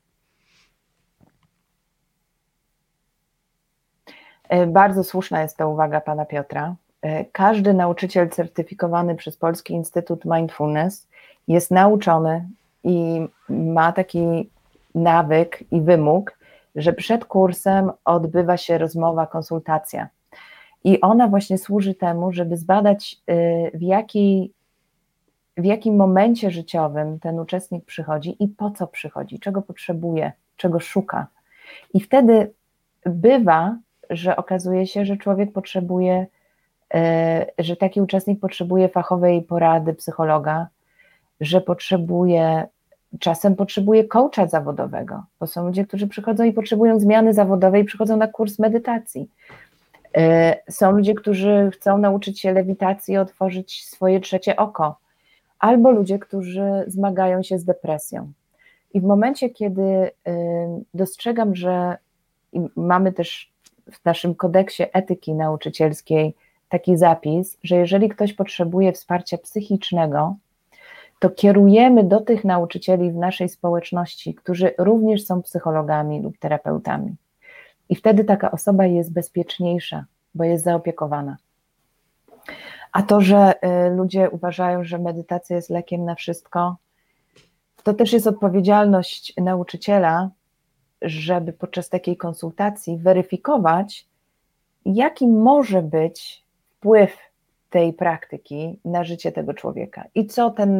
Bardzo słuszna jest to uwaga pana Piotra. Każdy nauczyciel certyfikowany przez Polski Instytut Mindfulness jest nauczony i ma taki nawyk i wymóg, że przed kursem odbywa się rozmowa, konsultacja. I ona właśnie służy temu, żeby zbadać, w jakiej w jakim momencie życiowym ten uczestnik przychodzi i po co przychodzi, czego potrzebuje, czego szuka. I wtedy bywa, że okazuje się, że człowiek potrzebuje, że taki uczestnik potrzebuje fachowej porady psychologa, że potrzebuje, czasem potrzebuje coacha zawodowego, bo są ludzie, którzy przychodzą i potrzebują zmiany zawodowej i przychodzą na kurs medytacji. Są ludzie, którzy chcą nauczyć się lewitacji i otworzyć swoje trzecie oko, albo ludzie, którzy zmagają się z depresją. I w momencie, kiedy dostrzegam, że mamy też w naszym kodeksie etyki nauczycielskiej taki zapis, że jeżeli ktoś potrzebuje wsparcia psychicznego, to kierujemy do tych nauczycieli w naszej społeczności, którzy również są psychologami lub terapeutami. I wtedy taka osoba jest bezpieczniejsza, bo jest zaopiekowana. A to, że ludzie uważają, że medytacja jest lekiem na wszystko, to też jest odpowiedzialność nauczyciela, żeby podczas takiej konsultacji weryfikować, jaki może być wpływ tej praktyki na życie tego człowieka i co, ten,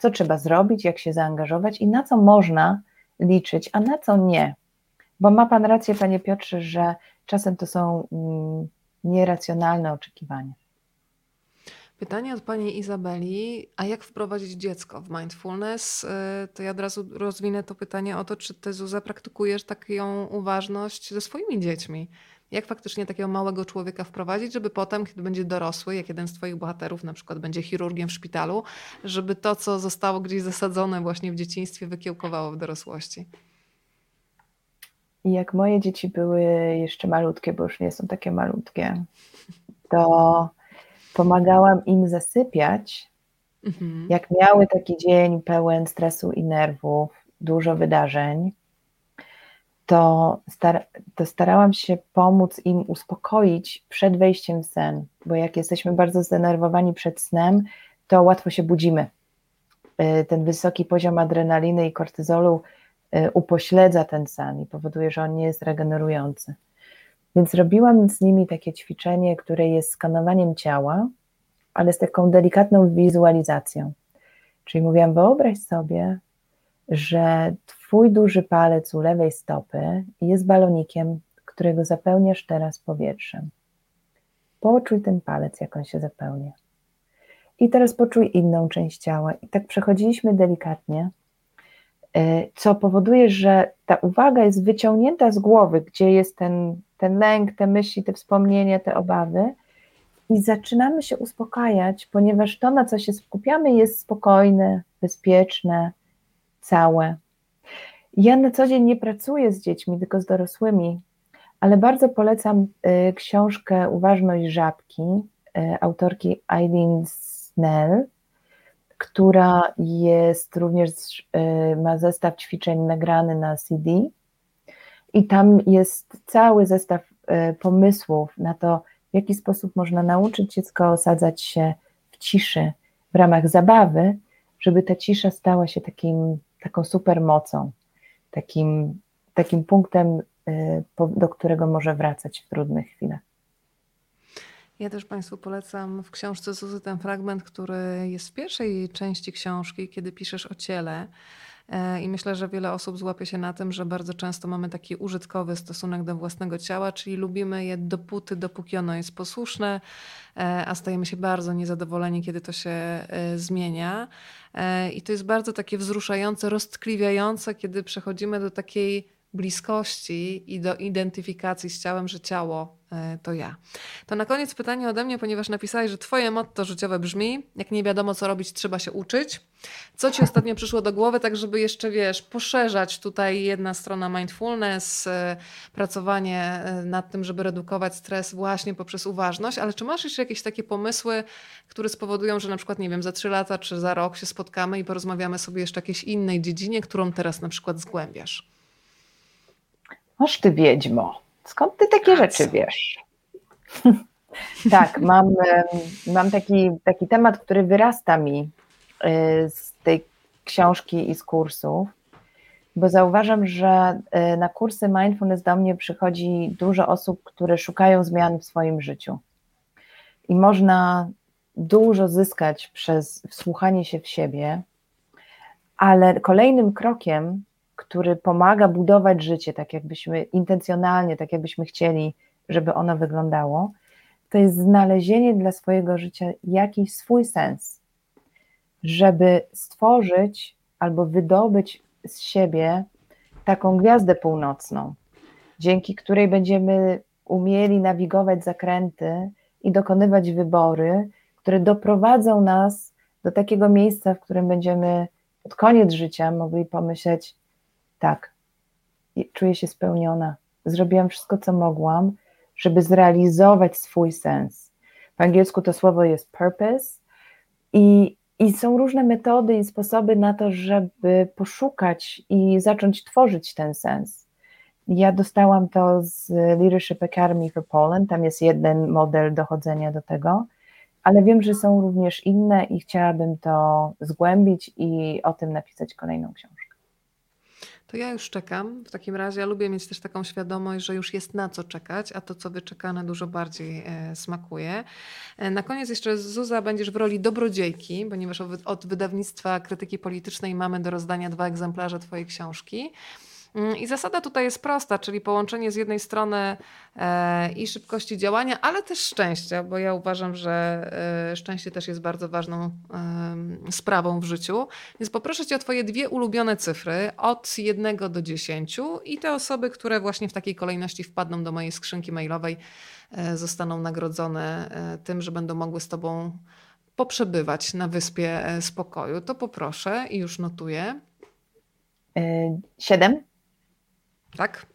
co trzeba zrobić, jak się zaangażować i na co można liczyć, a na co nie. Bo ma Pan rację, Panie Piotrze, że czasem to są mm, nieracjonalne oczekiwania. Pytanie od pani Izabeli, a jak wprowadzić dziecko w mindfulness? Y, To ja od razu rozwinę to pytanie o to, czy ty, Zuza, praktykujesz taką uważność ze swoimi dziećmi? Jak faktycznie takiego małego człowieka wprowadzić, żeby potem, kiedy będzie dorosły, jak jeden z twoich bohaterów na przykład będzie chirurgiem w szpitalu, żeby to, co zostało gdzieś zasadzone właśnie w dzieciństwie, wykiełkowało w dorosłości? I jak moje dzieci były jeszcze malutkie, bo już nie są takie malutkie, to pomagałam im zasypiać, Mhm. jak miały taki dzień pełen stresu i nerwów, dużo wydarzeń, to, star to starałam się pomóc im uspokoić przed wejściem w sen, bo jak jesteśmy bardzo zdenerwowani przed snem, to łatwo się budzimy. Ten wysoki poziom adrenaliny i kortyzolu upośledza ten sen i powoduje, że on nie jest regenerujący. Więc robiłam z nimi takie ćwiczenie, które jest skanowaniem ciała, ale z taką delikatną wizualizacją. Czyli mówiłam, wyobraź sobie, że twój duży palec u lewej stopy jest balonikiem, którego zapełniasz teraz powietrzem. Poczuj ten palec, jak on się zapełnia. I teraz poczuj inną część ciała. I tak przechodziliśmy delikatnie, co powoduje, że ta uwaga jest wyciągnięta z głowy, gdzie jest ten, ten lęk, te myśli, te wspomnienia, te obawy i zaczynamy się uspokajać, ponieważ to, na co się skupiamy, jest spokojne, bezpieczne, całe. Ja na co dzień nie pracuję z dziećmi, tylko z dorosłymi, ale bardzo polecam y, książkę Uważność żabki y, autorki Eileen Snell, która jest również, y, ma zestaw ćwiczeń nagrany na C D i tam jest cały zestaw y, pomysłów na to, w jaki sposób można nauczyć dziecko osadzać się w ciszy w ramach zabawy, żeby ta cisza stała się takim, taką supermocą, takim, takim punktem, do którego może wracać w trudnych chwilach. Ja też Państwu polecam w książce Zuzy ten fragment, który jest w pierwszej części książki, kiedy piszesz o ciele. I myślę, że wiele osób złapie się na tym, że bardzo często mamy taki użytkowy stosunek do własnego ciała, czyli lubimy je dopóty, dopóki ono jest posłuszne, a stajemy się bardzo niezadowoleni, kiedy to się zmienia. I to jest bardzo takie wzruszające, roztkliwiające, kiedy przechodzimy do takiej bliskości i do identyfikacji z ciałem, że ciało to ja. To na koniec pytanie ode mnie, ponieważ napisałeś, że twoje motto życiowe brzmi: jak nie wiadomo co robić, trzeba się uczyć. Co ci ostatnio przyszło do głowy, tak żeby jeszcze, wiesz, poszerzać tutaj jedna strona mindfulness, pracowanie nad tym, żeby redukować stres właśnie poprzez uważność, ale czy masz jeszcze jakieś takie pomysły, które spowodują, że na przykład, nie wiem, za trzy lata czy za rok się spotkamy i porozmawiamy sobie jeszcze o jakiejś innej dziedzinie, którą teraz na przykład zgłębiasz? Oż ty wiedźmo, skąd ty takie A rzeczy co? wiesz? Tak, mam, mam taki, taki temat, który wyrasta mi z tej książki i z kursów, bo zauważam, że na kursy mindfulness do mnie przychodzi dużo osób, które szukają zmian w swoim życiu. I można dużo zyskać przez wsłuchanie się w siebie, ale kolejnym krokiem, który pomaga budować życie tak jakbyśmy intencjonalnie, tak jakbyśmy chcieli, żeby ono wyglądało, to jest znalezienie dla swojego życia jakiś swój sens, żeby stworzyć albo wydobyć z siebie taką gwiazdę północną, dzięki której będziemy umieli nawigować zakręty i dokonywać wybory, które doprowadzą nas do takiego miejsca, w którym będziemy pod koniec życia mogli pomyśleć: tak, czuję się spełniona, zrobiłam wszystko, co mogłam, żeby zrealizować swój sens. W angielsku to słowo jest purpose i, i są różne metody i sposoby na to, żeby poszukać i zacząć tworzyć ten sens. Ja dostałam to z Leadership Academy for Poland, tam jest jeden model dochodzenia do tego, ale wiem, że są również inne i chciałabym to zgłębić i o tym napisać kolejną książkę. To ja już czekam. W takim razie ja lubię mieć też taką świadomość, że już jest na co czekać, a to, co wyczekane, dużo bardziej e, smakuje. E, Na koniec jeszcze, Zuza, będziesz w roli dobrodziejki, ponieważ od od wydawnictwa Krytyki Politycznej mamy do rozdania dwa egzemplarze twojej książki. Mm, I zasada tutaj jest prosta, czyli połączenie z jednej strony e, i szybkości działania, ale też szczęścia, bo ja uważam, że e, szczęście też jest bardzo ważną em, sprawą w życiu. Więc poproszę cię o twoje dwie ulubione cyfry od jednego do dziesięciu i te osoby, które właśnie w takiej kolejności wpadną do mojej skrzynki mailowej, e, zostaną nagrodzone e, tym, że będą mogły z tobą poprzebywać na Wyspie e, Spokoju. To poproszę i już notuję. Y, Siedem Tak?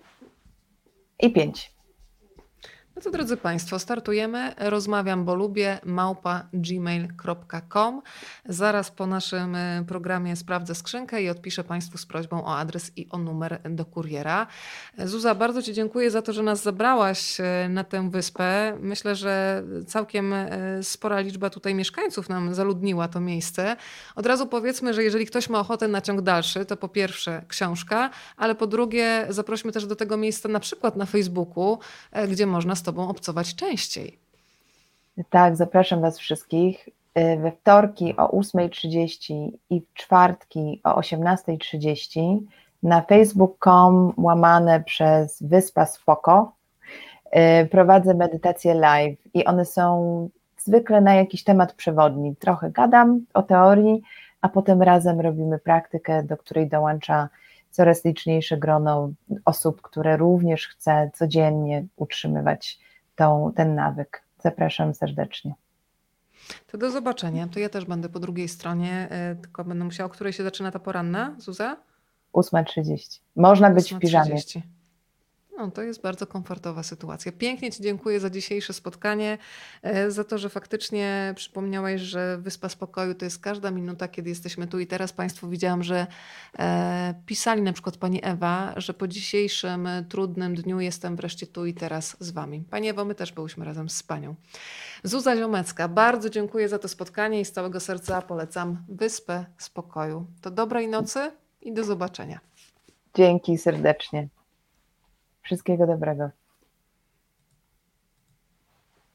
i pięć. No to drodzy Państwo, startujemy. Rozmawiam, bo lubię, małpa gmail kropka com. Zaraz po naszym y, programie sprawdzę skrzynkę i odpiszę Państwu z prośbą o adres i o numer do kuriera. Zuza, bardzo Ci dziękuję za to, że nas zabrałaś y, na tę wyspę. Myślę, że całkiem y, spora liczba tutaj mieszkańców nam zaludniła to miejsce. Od razu powiedzmy, że jeżeli ktoś ma ochotę na ciąg dalszy, to po pierwsze książka, ale po drugie zaprośmy też do tego miejsca na przykład na Facebooku, y, gdzie można z Tobą obcować częściej. Tak, zapraszam Was wszystkich. Y, We wtorki o ósmej trzydzieści i w czwartki o osiemnastej trzydzieści na facebook kropka com łamane przez Wyspa Spoko y, prowadzę medytacje live i one są zwykle na jakiś temat przewodni. Trochę gadam o teorii, a potem razem robimy praktykę, do której dołącza coraz liczniejsze grono osób, które również chce codziennie utrzymywać tą, ten nawyk. Zapraszam serdecznie. To do zobaczenia. To ja też będę po drugiej stronie, y, tylko będę musiała, o której się zaczyna ta poranna, Zuza? ósma trzydzieści. Można być w piżamie. ósma trzydzieści. No, to jest bardzo komfortowa sytuacja. Pięknie Ci dziękuję za dzisiejsze spotkanie, e, za to, że faktycznie przypomniałeś, że Wyspa Spokoju to jest każda minuta, kiedy jesteśmy tu i teraz. Państwu widziałam, że e, pisali na przykład Pani Ewa, że po dzisiejszym e, trudnym dniu jestem wreszcie tu i teraz z Wami. Pani Ewo, my też byłyśmy razem z Panią. Zuza Ziomecka, bardzo dziękuję za to spotkanie i z całego serca polecam Wyspę Spokoju. To dobrej nocy i do zobaczenia. Dzięki serdecznie. Wszystkiego dobrego.